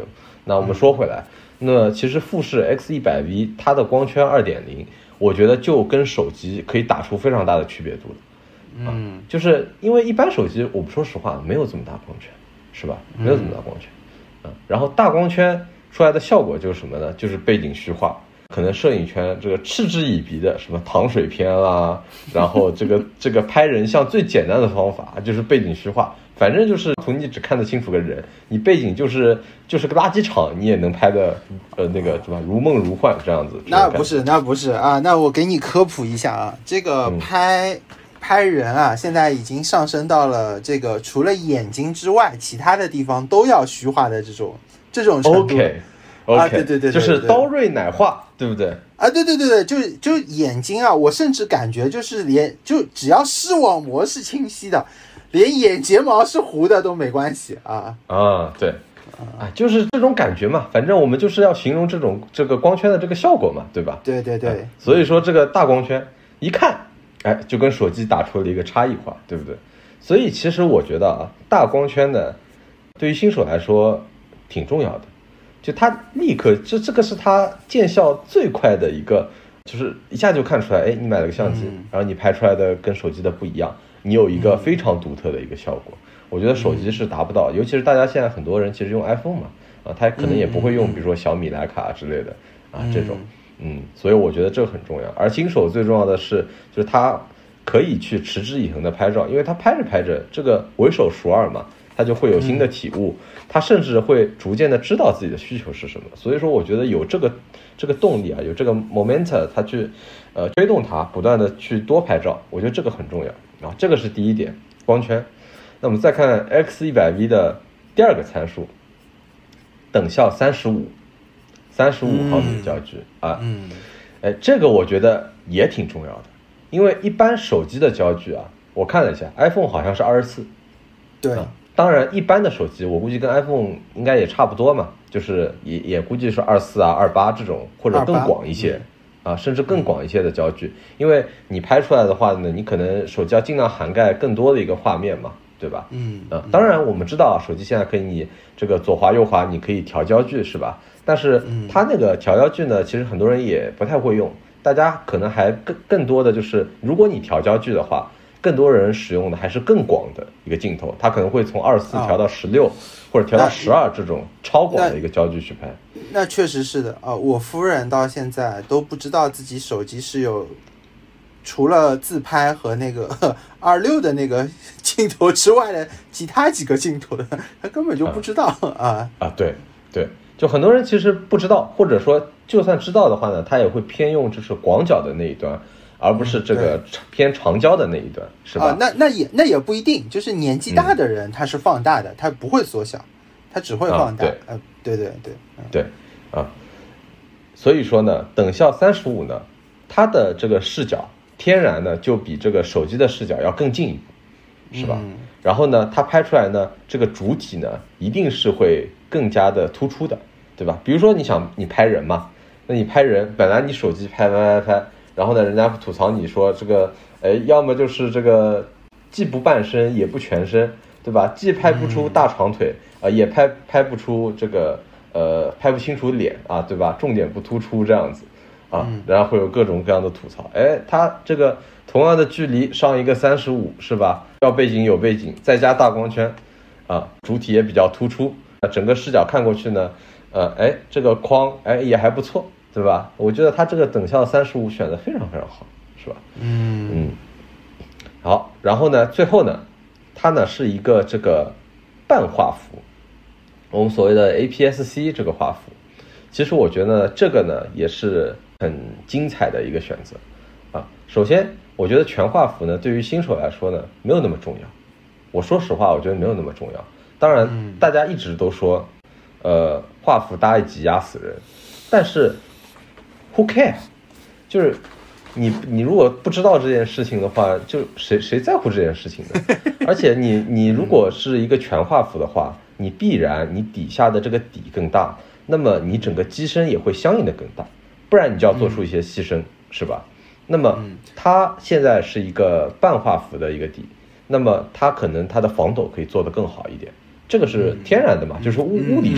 那我们说回来，那其实富士 X 一百 V 它的光圈 二点零， 我觉得就跟手机可以打出非常大的区别度的。 嗯， 就是因为一般手机，我们说实话没有这么大光圈，是吧？没有这么大光圈，嗯，然后大光圈出来的效果就是什么呢？就是背景虚化，可能摄影圈这个嗤之以鼻的什么糖水片啦，然后这个这个拍人像最简单的方法就是背景虚化，反正就是图你只看得清楚个人，你背景就是就是个垃圾场，你也能拍的呃那个什么如梦如幻这样子。 那不是，那不是啊，那我给你科普一下啊，这个拍。嗯拍人啊，现在已经上升到了这个除了眼睛之外，其他的地方都要虚化的这种这种程度。 OK， OK，啊，对对对， 就是刀锐奶化，对不对？ 啊，对对对对，就就眼睛啊，我甚至感觉就是连就只要视网膜是清晰的，连眼睫毛是糊的都没关系啊。 啊，对，啊，就是这种感觉嘛，反正我们就是要形容这种这个光圈的这个效果嘛，对吧？ 对对对， 啊，所以说这个大光圈一看。哎，就跟手机打出了一个差异化，对不对？所以其实我觉得啊，大光圈呢，对于新手来说挺重要的。就它立刻，这这个是它见效最快的一个，就是一下就看出来，哎，你买了个相机， 嗯， 然后你拍出来的跟手机的不一样，你有一个非常独特的一个效果。嗯，我觉得手机是达不到，尤其是大家现在很多人其实用 iPhone 嘛，啊，他可能也不会用，比如说小米徕卡之类的啊这种。嗯，所以我觉得这很重要。而新手最重要的是，就是他可以去持之以恒的拍照，因为他拍着拍着，这个为手熟耳嘛，他就会有新的体悟，他甚至会逐渐的知道自己的需求是什么。所以说，我觉得有这个这个动力啊，有这个 momentum， 他去呃推动他不断的去多拍照，我觉得这个很重要啊。这个是第一点，光圈。那我们再看 X 一百 V 的第二个参数，等效三十五。三十五毫米焦距，嗯，啊，嗯，哎，这个我觉得也挺重要的，因为一般手机的焦距啊，我看了一下 ，iPhone 好像是二十四， 对， 啊，当然一般的手机我估计跟 iPhone 应该也差不多嘛，就是也也估计是二十四啊、二十八这种，或者更广一些，嗯，啊，甚至更广一些的焦距，因为你拍出来的话呢，你可能手机要尽量涵盖更多的一个画面嘛。对吧？ 嗯， 啊，当然我们知道啊，手机现在可以你这个左滑右滑，你可以调焦距，是吧？但是它那个调焦距呢，其实很多人也不太会用，大家可能还更更多的就是，如果你调焦距的话，更多人使用的还是更广的一个镜头，它可能会从二十四调到十六，或者调到十二这种超广的一个焦距去拍。 那, 那确实是的啊，我夫人到现在都不知道自己手机是有。除了自拍和那个二六的那个镜头之外的其他几个镜头的，他根本就不知道啊啊！对对，就很多人其实不知道，或者说就算知道的话呢，他也会偏用就是广角的那一端，而不是这个偏长焦的那一端，是吧？ 啊，那那也那也不一定，就是年纪大的人他是放大的，嗯，他不会缩小，他只会放大。 啊，对， 呃，对对对， 嗯，对啊，所以说呢，等效三十五呢，它的这个视角。天然呢，就比这个手机的视角要更进一步，是吧？嗯，然后呢，它拍出来呢，这个主体呢，一定是会更加的突出的，对吧？比如说你想你拍人嘛，那你拍人，本来你手机拍拍拍拍，然后呢，人家吐槽你说这个，哎，要么就是这个既不半身也不全身，对吧？既拍不出大长腿啊，呃，也拍拍不出这个呃拍不清楚脸啊，对吧？重点不突出这样子。啊，然后会有各种各样的吐槽，哎，它这个同样的距离上一个三十五是吧？要背景有背景，再加大光圈，啊，主体也比较突出，啊，整个视角看过去呢，呃，哎，这个框哎也还不错，对吧？我觉得它这个等效三十五选的非常非常好，是吧？ 嗯嗯，好，然后呢，最后呢，它呢是一个这个半画幅，我们所谓的 A P S C 这个画幅，其实我觉得呢，这个呢也是。很精彩的一个选择啊！首先，我觉得全画幅呢，对于新手来说呢，没有那么重要。我说实话，我觉得没有那么重要。当然，大家一直都说，呃，画幅搭一挤压死人，但是 ，who care？ 就是你你如果不知道这件事情的话，就谁谁在乎这件事情呢？而且你你如果是一个全画幅的话，你必然你底下的这个底更大，那么你整个机身也会相应的更大。不然你就要做出一些牺牲，嗯，是吧？那么它现在是一个半画幅的一个底，那么它可能它的防抖可以做得更好一点，这个是天然的嘛，就是物物理上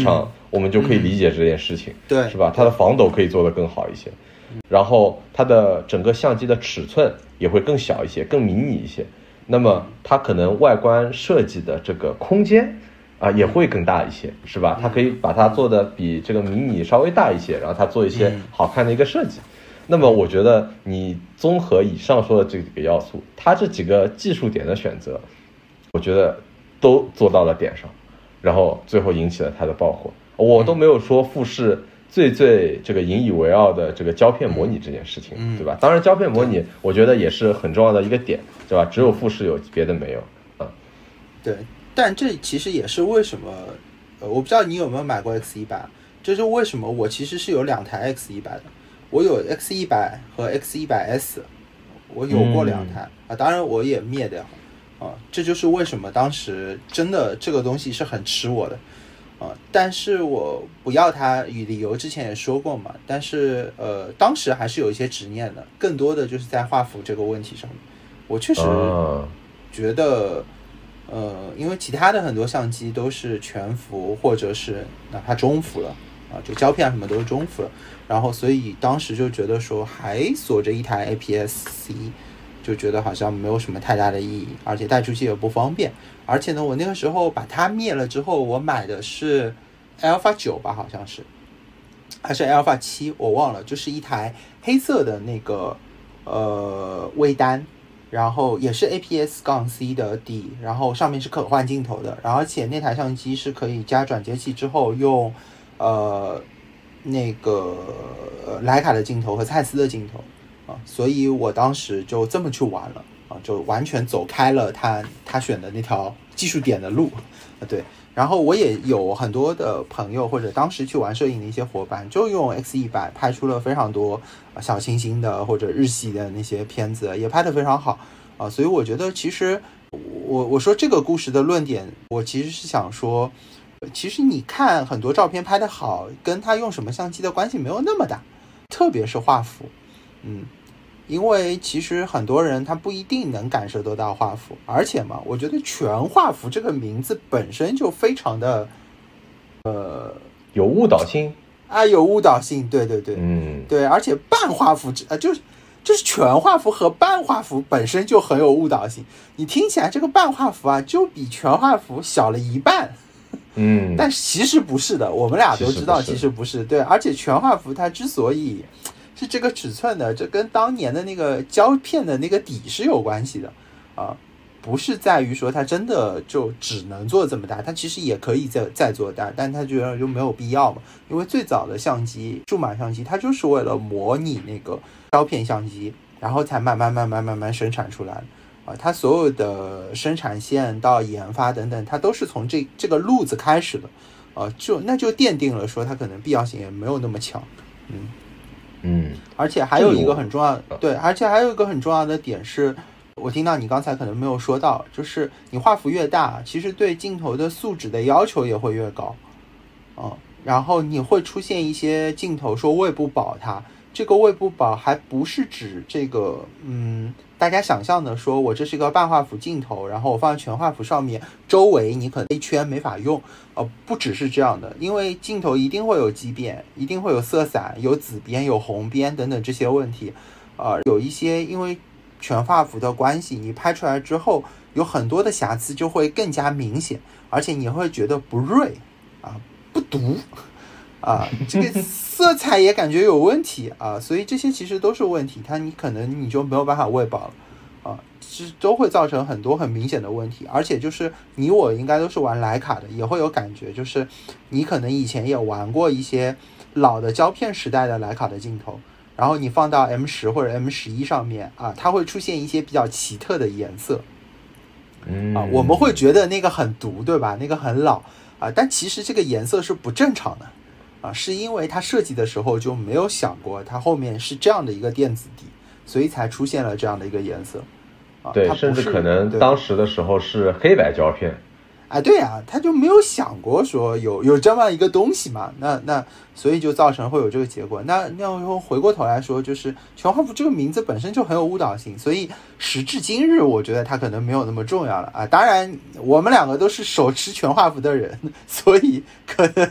我们就可以理解这件事情， 嗯、对， 是吧？它的防抖可以做得更好一些，然后它的整个相机的尺寸也会更小一些，更迷你一些。那么它可能外观设计的这个空间啊也会更大一些，是吧？它可以把它做的比这个迷你稍微大一些，然后它做一些好看的一个设计。那么我觉得你综合以上说的这几个要素，它这几个技术点的选择，我觉得都做到了点上，然后最后引起了它的爆火。我都没有说富士最最这个引以为傲的这个胶片模拟这件事情， 嗯、 对吧？当然胶片模拟我觉得也是很重要的一个点，对吧？只有富士有，别的没有啊。 对，但这其实也是为什么，呃，我不知道你有没有买过 X 一百，这是为什么我其实是有两台 X 一百的。我有 X 一百 和 X 一百 S， 我有过两台、嗯、啊，当然我也灭掉啊，这就是为什么当时真的这个东西是很吃我的啊，但是我不要它与理由之前也说过嘛，但是呃，当时还是有一些执念的，更多的就是在画幅这个问题上面，我确实觉得、啊、呃，因为其他的很多相机都是全幅或者是哪怕中幅了啊，就胶片什么都是中幅了。然后所以当时就觉得说还锁着一台 A P S C， 就觉得好像没有什么太大的意义，而且带出去也不方便。而且呢，我那个时候把它灭了之后，我买的是 Alpha 九吧，好像是还是 Alpha 七，我忘了，就是一台黑色的那个呃微单，然后也是 A P S C 的底，然后上面是可换镜头的，然后而且那台相机是可以加转接器之后用呃那个徕卡的镜头和蔡司的镜头啊，所以我当时就这么去玩了啊，就完全走开了他他选的那条技术点的路啊，对。然后我也有很多的朋友或者当时去玩摄影的一些伙伴，就用 X 一百 拍出了非常多小清新的或者日系的那些片子，也拍得非常好啊。所以我觉得其实我我说这个故事的论点，我其实是想说，其实你看很多照片拍得好，跟他用什么相机的关系没有那么大，特别是画幅，嗯。因为其实很多人他不一定能感受得到画幅，而且嘛，我觉得全画幅这个名字本身就非常的，呃， 有误导性啊，有误导性，对对对， 嗯， 对，而且半画幅啊，就是就是全画幅和半画幅本身就很有误导性，你听起来这个半画幅啊，就比全画幅小了一半， 嗯， 但其实不是的，我们俩都知道其实不是，对，而且全画幅它之所以是这个尺寸的，这跟当年的那个胶片的那个底是有关系的啊，不是在于说它真的就只能做这么大，它其实也可以再再做大，但它觉得就没有必要嘛，因为最早的相机数码相机它就是为了模拟那个胶片相机，然后才慢慢慢慢慢慢生产出来啊，它所有的生产线到研发等等，它都是从这这个路子开始的啊，就那就奠定了说它可能必要性也没有那么强，嗯。 嗯， 而且还有一个很重要，对，而且还有一个很重要的点是，我听到你刚才可能没有说到，就是你画幅越大，其实对镜头的素质的要求也会越高，嗯，然后你会出现一些镜头说喂不饱它，这个喂不饱还不是指这个，嗯，大家想象的说我这是一个半画幅镜头，然后我放在全画幅上面，周围你可能一圈没法用，呃，不只是这样的，因为镜头一定会有畸变，一定会有色散，有紫边，有红边等等这些问题，呃，有一些因为全画幅的关系，你拍出来之后有很多的瑕疵就会更加明显，而且你会觉得不锐啊，不毒啊，这个色彩也感觉有问题啊，所以这些其实都是问题，它你可能你就没有办法喂饱了啊，其实都会造成很多很明显的问题，而且就是你我应该都是玩徕卡的，也会有感觉，就是你可能以前也玩过一些老的胶片时代的徕卡的镜头，然后你放到 M 十 或者 M 十一 上面啊，它会出现一些比较奇特的颜色， 嗯啊，我们会觉得那个很毒，对吧？那个很老啊，但其实这个颜色是不正常的。啊，是因为它设计的时候就没有想过它后面是这样的一个电子底，所以才出现了这样的一个颜色。啊， 对，甚至可能当时的时候是黑白胶片。 哎，对啊，他就没有想过说有有这么一个东西嘛，那那所以就造成会有这个结果。那那回过头来说，就是全画幅这个名字本身就很有误导性，所以时至今日，我觉得它可能没有那么重要了啊。当然，我们两个都是手持全画幅的人，所以可能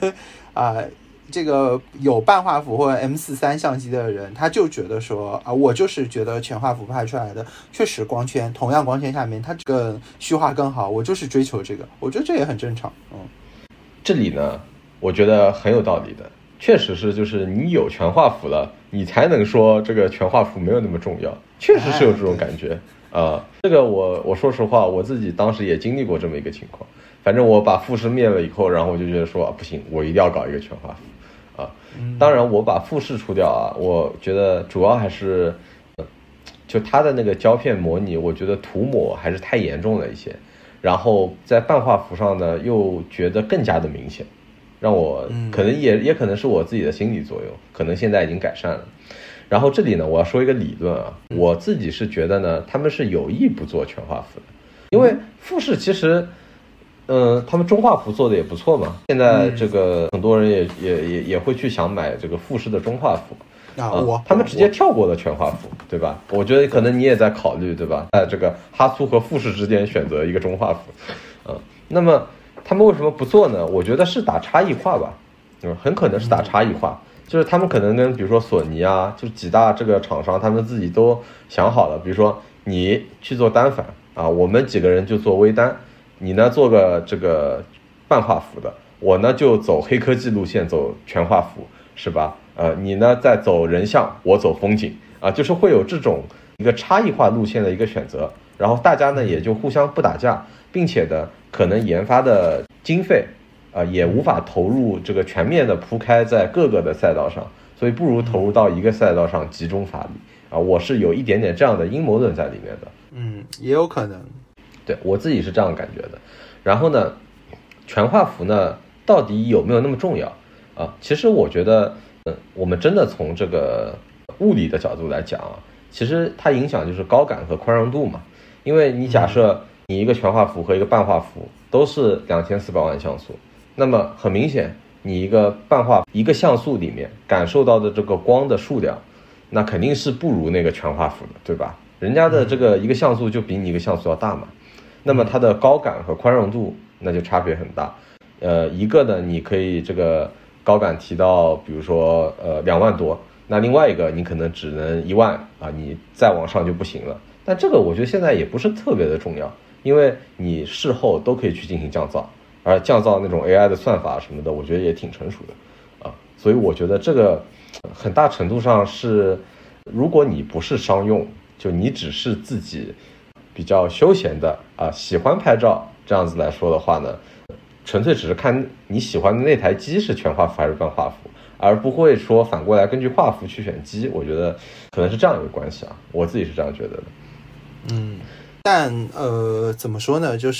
啊、呃，这个有半画幅或者 M 四三 相机的人，他就觉得说啊、呃，我就是觉得全画幅拍出来的确实光圈同样光圈下面它这个虚化更好，我就是追求这个，我觉得这也很正常。嗯， 这里呢，我觉得很有道理的，确实是就是你有全画幅了，你才能说这个全画幅没有那么重要，确实是有这种感觉。哎啊、呃，这个我我说实话，我自己当时也经历过这么一个情况。反正我把富士灭了以后，然后我就觉得说、啊、不行，我一定要搞一个全画幅啊。当然，我把富士除掉啊，我觉得主要还是，呃、就它的那个胶片模拟，我觉得涂抹还是太严重了一些。然后在半画幅上呢，又觉得更加的明显，让我可能也也可能是我自己的心理作用，可能现在已经改善了。然后这里呢，我要说一个理论啊，我自己是觉得呢，他们是有意不做全画幅的，因为富士其实，嗯、呃，他们中画幅做的也不错嘛。现在这个很多人也也也也会去想买这个富士的中画幅啊，我、 嗯、他们直接跳过了全画幅，对吧？我觉得可能你也在考虑，对吧？在这个哈苏和富士之间选择一个中画幅，嗯，那么他们为什么不做呢？我觉得是打差异化吧，嗯，很可能是打差异化。嗯，就是他们可能跟比如说索尼啊，就几大这个厂商，他们自己都想好了，比如说你去做单反啊，我们几个人就做微单，你呢做个这个半画幅的，我呢就走黑科技路线，走全画幅，是吧？呃，你呢再走人像，我走风景啊，就是会有这种一个差异化路线的一个选择，然后大家呢也就互相不打架，并且呢可能研发的经费。啊、呃，也无法投入这个全面的铺开在各个的赛道上，所以不如投入到一个赛道上集中发力啊！我是有一点点这样的阴谋论在里面的。 嗯，也有可能。 对，我自己是这样感觉的。然后呢，全画幅呢，到底有没有那么重要啊？其实我觉得，嗯，我们真的从这个物理的角度来讲啊，其实它影响就是高感和宽容度嘛。因为你假设你一个全画幅和一个半画幅都是两千四百万像素。那么很明显，你一个半画一个像素里面感受到的这个光的数量，那肯定是不如那个全画幅的，对吧？人家的这个一个像素就比你一个像素要大嘛，那么它的高感和宽容度那就差别很大。呃，一个呢，你可以这个高感提到，比如说呃两万多，那另外一个你可能只能一万啊，你再往上就不行了。但这个我觉得现在也不是特别的重要，因为你事后都可以去进行降噪。而降噪那种 A I 的算法什么的，我觉得也挺成熟的，啊，所以我觉得这个很大程度上是，如果你不是商用，就你只是自己比较休闲的啊，喜欢拍照这样子来说的话呢，纯粹只是看你喜欢的那台机是全画幅还是半画幅，而不会说反过来根据画幅去选机，我觉得可能是这样一个关系啊，我自己是这样觉得的。 嗯，但呃，怎么说呢，就是。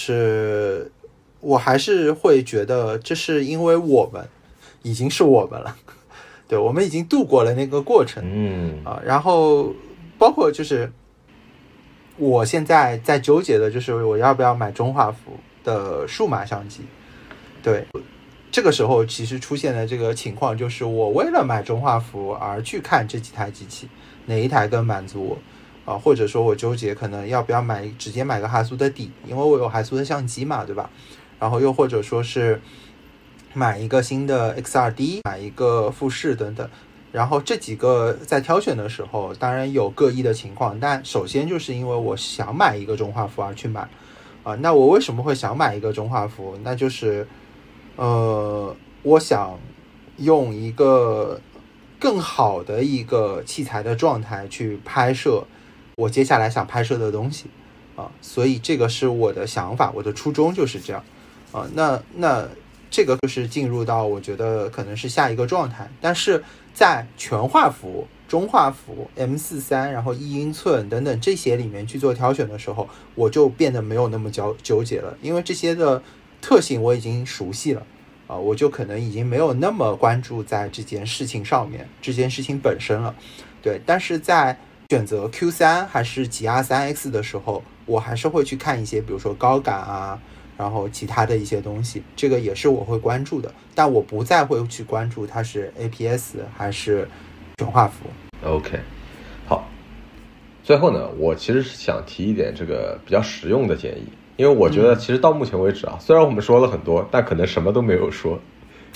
我还是会觉得这是因为我们已经是我们了，对，我们已经度过了那个过程， 嗯啊，然后包括就是我现在在纠结的就是我要不要买中画幅的数码相机，对，这个时候其实出现的这个情况就是我为了买中画幅而去看这几台机器，哪一台更满足我。啊，或者说我纠结可能要不要买直接买个哈苏的底，因为我有哈苏的相机嘛，对吧？然后又或者说是买一个新的 X 二 D， 买一个富士等等。然后这几个在挑选的时候，当然有各异的情况，但首先就是因为我想买一个中画幅而去买啊。那我为什么会想买一个中画幅？那就是呃，我想用一个更好的一个器材的状态去拍摄我接下来想拍摄的东西啊，所以这个是我的想法，我的初衷就是这样啊。那那这个就是进入到我觉得可能是下一个状态，但是在全画幅、中画幅、M 四三，然后一英寸等等这些里面去做挑选的时候，我就变得没有那么纠纠结了，因为这些的特性我已经熟悉了啊，我就可能已经没有那么关注在这件事情上面，这件事情本身了。对，但是在选择 Q 三 还是 G R 三 X 的时候，我还是会去看一些比如说高感啊，然后其他的一些东西，这个也是我会关注的，但我不再会去关注它是 A P S 还是全画幅。 OK， 好，最后呢，我其实是想提一点这个比较实用的建议，因为我觉得其实到目前为止啊、嗯、虽然我们说了很多，但可能什么都没有说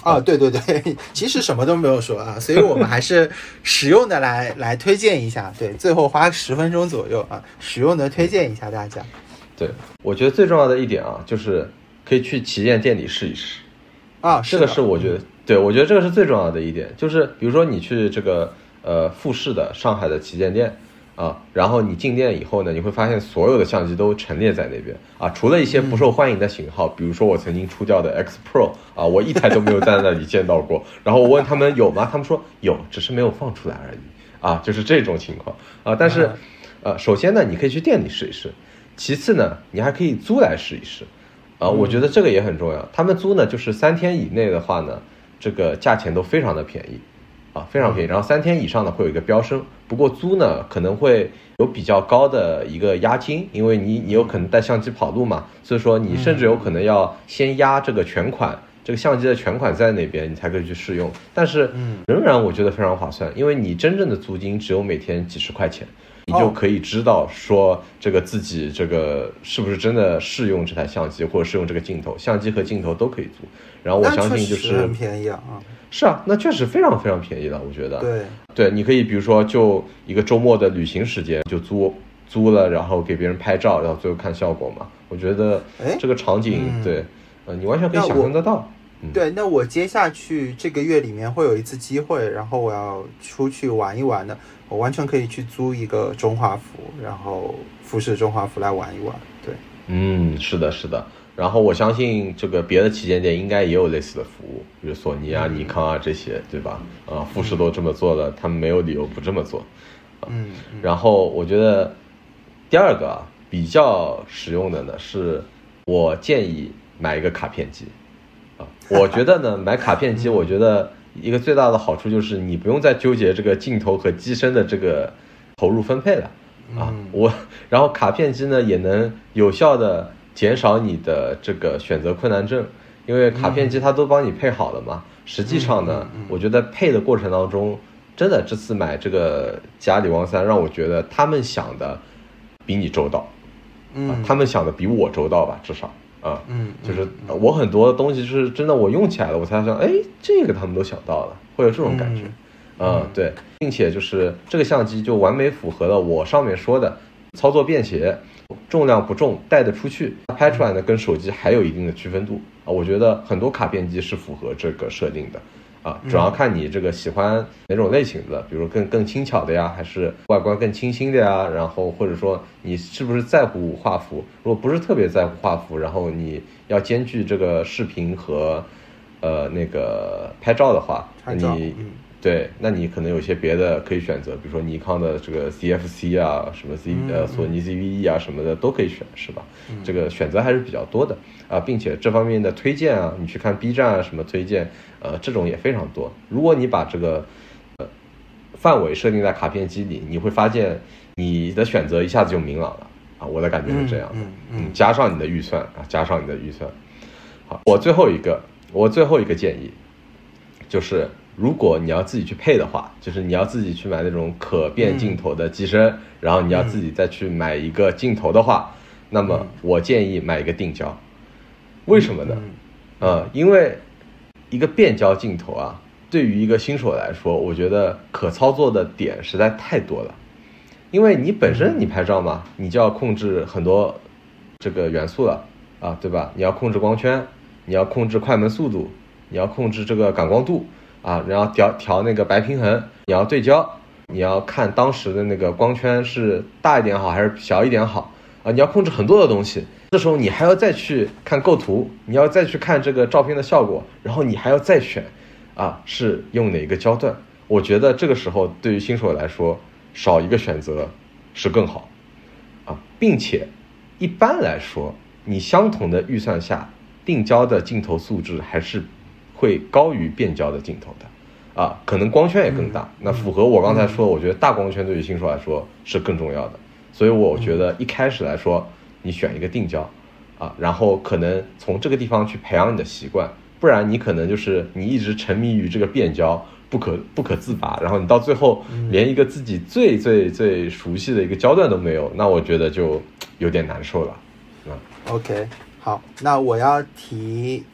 啊，对对对，其实什么都没有说啊，所以我们还是实用的来来推荐一下，对，最后花十分钟左右啊，实用的推荐一下大家。 对，我觉得最重要的一点啊，就是可以去旗舰店里试一试啊， 这个是我觉得，对，我觉得这个是最重要的一点，就是比如说你去这个呃富士的上海的旗舰店。啊，然后你进店以后呢，你会发现所有的相机都陈列在那边啊，除了一些不受欢迎的型号，嗯、比如说我曾经出掉的 X Pro 啊，我一台都没有在那里见到过。然后我问他们有吗？他们说有，只是没有放出来而已啊，就是这种情况啊。但是，呃，首先呢，你可以去店里试一试；其次呢，你还可以租来试一试啊。我觉得这个也很重要。他们租呢，就是三天以内的话呢，这个价钱都非常的便宜。啊，非常便宜，然后三天以上呢会有一个飙升，不过租呢可能会有比较高的一个押金，因为你你有可能带相机跑路嘛，所以说你甚至有可能要先押这个全款，这个相机的全款在那边，你才可以去试用。但是仍然我觉得非常划算，因为你真正的租金只有每天几十块钱，你就可以知道说这个自己这个是不是真的适用这台相机或者适用这个镜头，相机和镜头都可以租。然后我相信就是很便宜啊。 是啊，那确实非常非常便宜了，我觉得。 对对，你可以比如说就一个周末的旅行时间就租租了，然后给别人拍照，然后最后看效果嘛。我觉得这个场景，嗯、对，呃，你完全可以想象得到。 嗯、对，那我接下去这个月里面会有一次机会，然后我要出去玩一玩的，我完全可以去租一个中画幅，然后富士中画幅来玩一玩。对， 嗯，是的，是的。然后我相信这个别的旗舰店应该也有类似的服务，比如索尼啊、尼康啊这些，对吧？啊，富士都这么做了，他们没有理由不这么做。啊、 嗯。 然后我觉得第二个啊比较实用的呢，是我建议买一个卡片机。啊，我觉得呢买卡片机，我觉得一个最大的好处就是你不用再纠结这个镜头和机身的这个投入分配了。啊，我然后卡片机呢也能有效的减少你的这个选择困难症，因为卡片机它都帮你配好了嘛。实际上呢，我觉得配的过程当中，真的这次买这个加里旺三让我觉得他们想的比你周到，啊，他们想的比我周到吧，至少啊， 嗯， 就是我很多东西是真的我用起来了，我才想，哎，这个他们都想到了，会有这种感觉。嗯，对，并且就是这个相机就完美符合了我上面说的操作便携，重量不重，带得出去，拍出来呢跟手机还有一定的区分度啊。我觉得很多卡片机是符合这个设定的啊，主要看你这个喜欢哪种类型的，比如更更轻巧的呀，还是外观更清新的呀，然后或者说你是不是在乎画幅，如果不是特别在乎画幅，然后你要兼具这个视频和呃那个拍照的话，你。对，那你可能有些别的可以选择，比如说尼康的这个 C F C 啊，什么 Z 呃索尼 Z V E 啊什么的都可以选，是吧？这个选择还是比较多的啊，并且这方面的推荐啊，你去看 B 站啊什么推荐，呃，这种也非常多。如果你把这个呃范围设定在卡片机里，你会发现你的选择一下子就明朗了啊，我的感觉是这样的。 嗯 嗯, 嗯，加上你的预算啊，加上你的预算。好，我最后一个，我最后一个建议就是。如果你要自己去配的话，就是你要自己去买那种可变镜头的机身，嗯、然后你要自己再去买一个镜头的话，嗯、那么我建议买一个定焦。为什么呢？嗯，呃，因为一个变焦镜头啊，对于一个新手来说，我觉得可操作的点实在太多了。因为你本身你拍照嘛，你就要控制很多这个元素了啊，对吧？你要控制光圈，你要控制快门速度，你要控制这个感光度。啊，然后调调那个白平衡，你要对焦，你要看当时的那个光圈是大一点好还是小一点好啊，你要控制很多的东西。这时候你还要再去看构图，你要再去看这个照片的效果，然后你还要再选啊是用哪个焦段。我觉得这个时候对于新手来说，少一个选择是更好啊，并且一般来说，你相同的预算下，定焦的镜头素质还是。会高于变焦的镜头的，啊，可能光圈也更大。嗯、那符合我刚才说，我觉得大光圈对于新手来说是更重要的。所以我觉得一开始来说，你选一个定焦，啊，然后可能从这个地方去培养你的习惯，不然你可能就是你一直沉迷于这个变焦，不可不可自拔，然后你到最后连一个自己最最最熟悉的一个焦段都没有，那我觉得就有点难受了。 嗯 ，OK， 好，那我要提。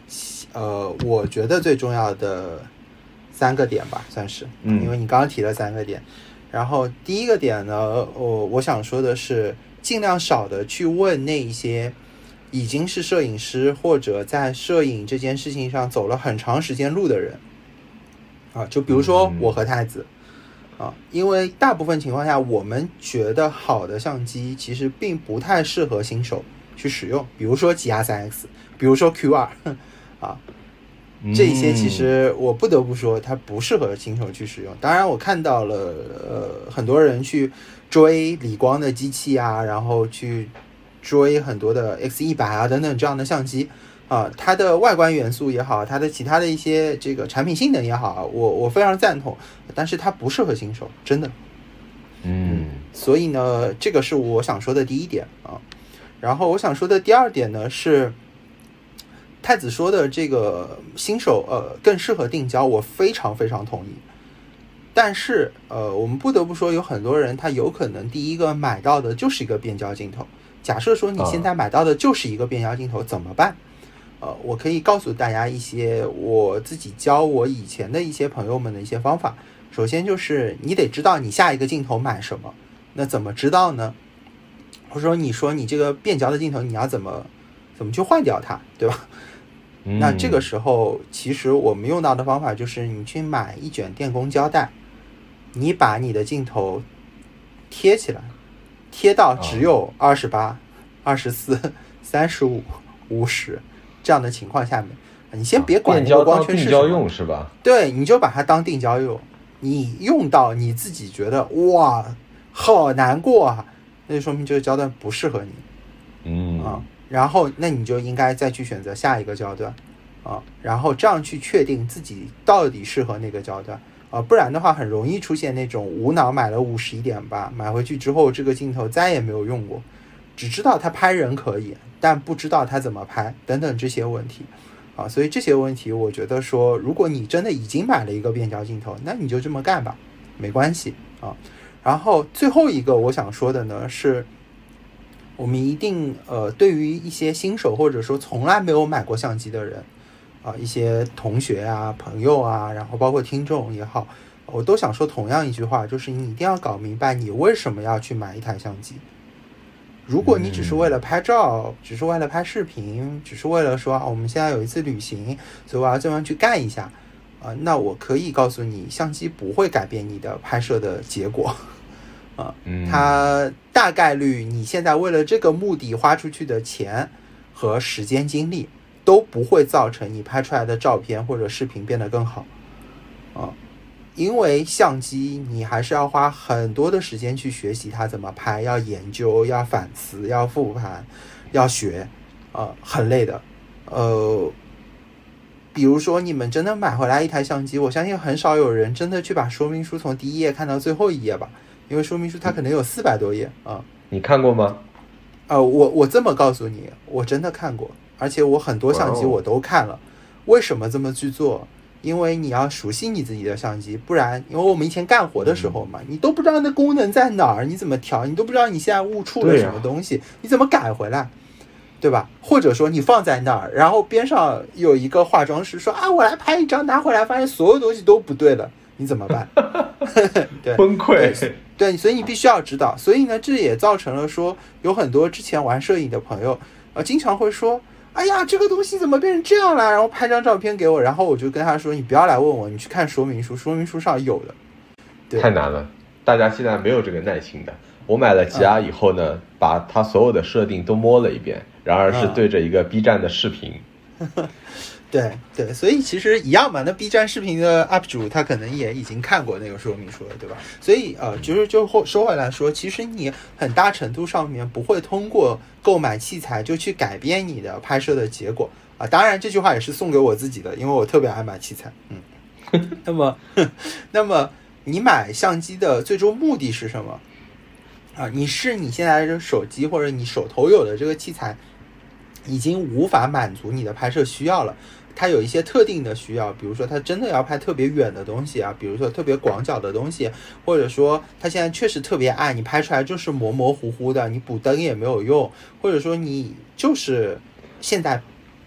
呃，我觉得最重要的三个点吧，算是， 嗯， 因为你刚刚提了三个点。然后第一个点呢，我我想说的是，尽量少的去问那一些已经是摄影师或者在摄影这件事情上走了很长时间路的人啊，就比如说我和太子。啊，因为大部分情况下，我们觉得好的相机其实并不太适合新手去使用，比如说 G R 三 X， 比如说 Q 二 啊，这些其实我不得不说，它不适合新手去使用。当然，我看到了呃很多人去追理光的机器啊，然后去追很多的 X 一百 啊等等这样的相机。啊，它的外观元素也好，它的其他的一些这个产品性能也好，我我非常赞同，但是它不适合新手，真的。 嗯， 所以呢，这个是我想说的第一点啊。然后我想说的第二点呢是，太子说的这个新手呃更适合定焦，我非常非常同意。但是呃，我们不得不说，有很多人他有可能第一个买到的就是一个变焦镜头。假设说你现在买到的就是一个变焦镜头，怎么办？呃，我可以告诉大家一些我自己教我以前的一些朋友们的一些方法。首先就是你得知道你下一个镜头买什么，那怎么知道呢？或者说你说你这个变焦的镜头你要怎么怎么去换掉它，对吧？ 嗯、 那这个时候其实我们用到的方法就是你去买一卷电工胶带，你把你的镜头贴起来，贴到只有二十八、二十四、三十五、五十。这样的情况下面，你先别管那个光圈是什么， 定焦用是吧？ 对，你就把它当定焦用。你用到你自己觉得哇，好难过啊，那就说明这个焦段不适合你。 嗯啊，然后那你就应该再去选择下一个焦段啊，然后这样去确定自己到底适合那个焦段啊，不然的话很容易出现那种无脑买了五十一点八，买回去之后这个镜头再也没有用过，只知道它拍人可以，但不知道它怎么拍等等这些问题啊，所以这些问题我觉得说，如果你真的已经买了一个变焦镜头，那你就这么干吧，没关系啊。然后最后一个我想说的呢是，我们一定呃，对于一些新手或者说从来没有买过相机的人啊，一些同学啊、朋友啊，然后包括听众也好，我都想说同样一句话，就是你一定要搞明白你为什么要去买一台相机。如果你只是为了拍照，只是为了拍视频，只是为了说啊，我们现在有一次旅行，所以我要这样去干一下啊，那我可以告诉你，相机不会改变你的拍摄的结果啊，它大概率你现在为了这个目的花出去的钱和时间精力都不会造成你拍出来的照片或者视频变得更好啊。因为相机你还是要花很多的时间去学习它怎么拍，要研究，要反思，要复盘，要学呃，很累的。呃，比如说你们真的买回来一台相机，我相信很少有人真的去把说明书从第一页看到最后一页吧，因为说明书它可能有四百多页啊。 你看过吗？ 呃，我我这么告诉你，我真的看过，而且我很多相机我都看了。为什么这么去做？因为你要熟悉你自己的相机，不然，因为我们以前干活的时候嘛，你都不知道那功能在哪儿，你怎么调，你都不知道你现在误触了什么东西，你怎么改回来，对吧？或者说你放在那儿，然后边上有一个化妆师说啊，我来拍一张，拿回来发现所有东西都不对了，你怎么办？对， 崩溃。 对，对，所以你必须要知道。所以呢，这也造成了说，有很多之前玩摄影的朋友，呃，经常会说，哎呀，这个东西怎么变成这样了？然后拍张照片给我，然后我就跟他说，你不要来问我，你去看说明书，说明书上有的。对， 太难了，大家现在没有这个耐心的。我买了 G R 以后呢，嗯、把它所有的设定都摸了一遍，然而是对着一个 B 站的视频。 嗯对对，所以其实一样嘛，那 B 站视频的 U P 主他可能也已经看过那个说明书了，对吧？所以呃，就是就说回来说，其实你很大程度上面不会通过购买器材就去改变你的拍摄的结果啊。当然这句话也是送给我自己的，因为我特别爱买器材。嗯，那么那么你买相机的最终目的是什么啊？你是你现在的手机或者你手头有的这个器材已经无法满足你的拍摄需要了。它有一些特定的需要，比如说它真的要拍特别远的东西啊，比如说特别广角的东西，或者说它现在确实特别暗，你拍出来就是模模糊糊的，你补灯也没有用，或者说你就是现在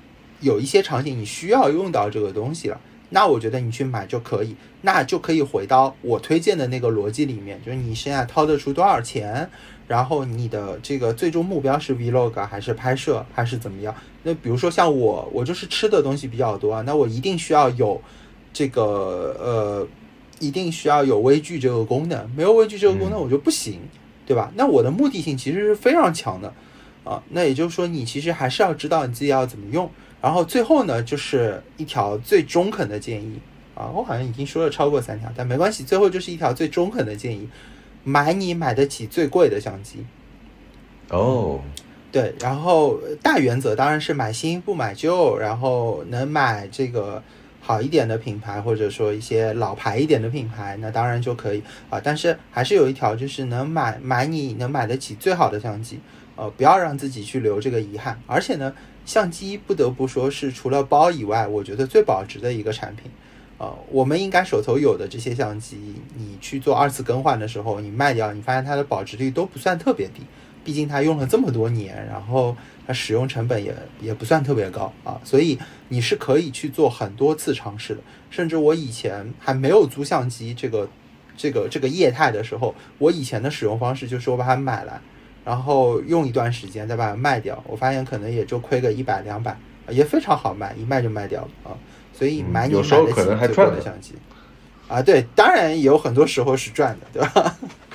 有一些场景你需要用到这个东西了，那我觉得你去买就可以，那就可以回到我推荐的那个逻辑里面，就是你现在掏得出多少钱，然后你的这个最终目标是 vlog 还是拍摄还是怎么样。那比如说像我我就是吃的东西比较多啊，那我一定需要有这个呃一定需要有微距这个功能，没有微距这个功能我就不行、嗯、对吧？那我的目的性其实是非常强的啊，那也就是说你其实还是要知道你自己要怎么用。然后最后呢，就是一条最中肯的建议啊，我好像已经说了超过三条，但没关系，最后就是一条最中肯的建议，买你买得起最贵的相机。 哦， 对，然后大原则当然是买新不买旧，然后能买这个好一点的品牌，或者说一些老牌一点的品牌，那当然就可以啊。但是还是有一条，就是能买买你能买得起最好的相机，呃，不要让自己去留这个遗憾。而且呢，相机不得不说是除了包以外，我觉得最保值的一个产品。呃，我们应该手头有的这些相机，你去做二次更换的时候，你卖掉，你发现它的保值率都不算特别低。毕竟它用了这么多年，然后它使用成本也也不算特别高啊，所以你是可以去做很多次尝试的。甚至我以前还没有租相机这个这个这个业态的时候，我以前的使用方式就是我把它买来，然后用一段时间再把它卖掉，我发现可能也就亏个一百两百，也非常好卖，一卖就卖掉了啊。所以买你买得起最贵的相机、嗯、啊，对，当然也有很多时候是赚的，对吧？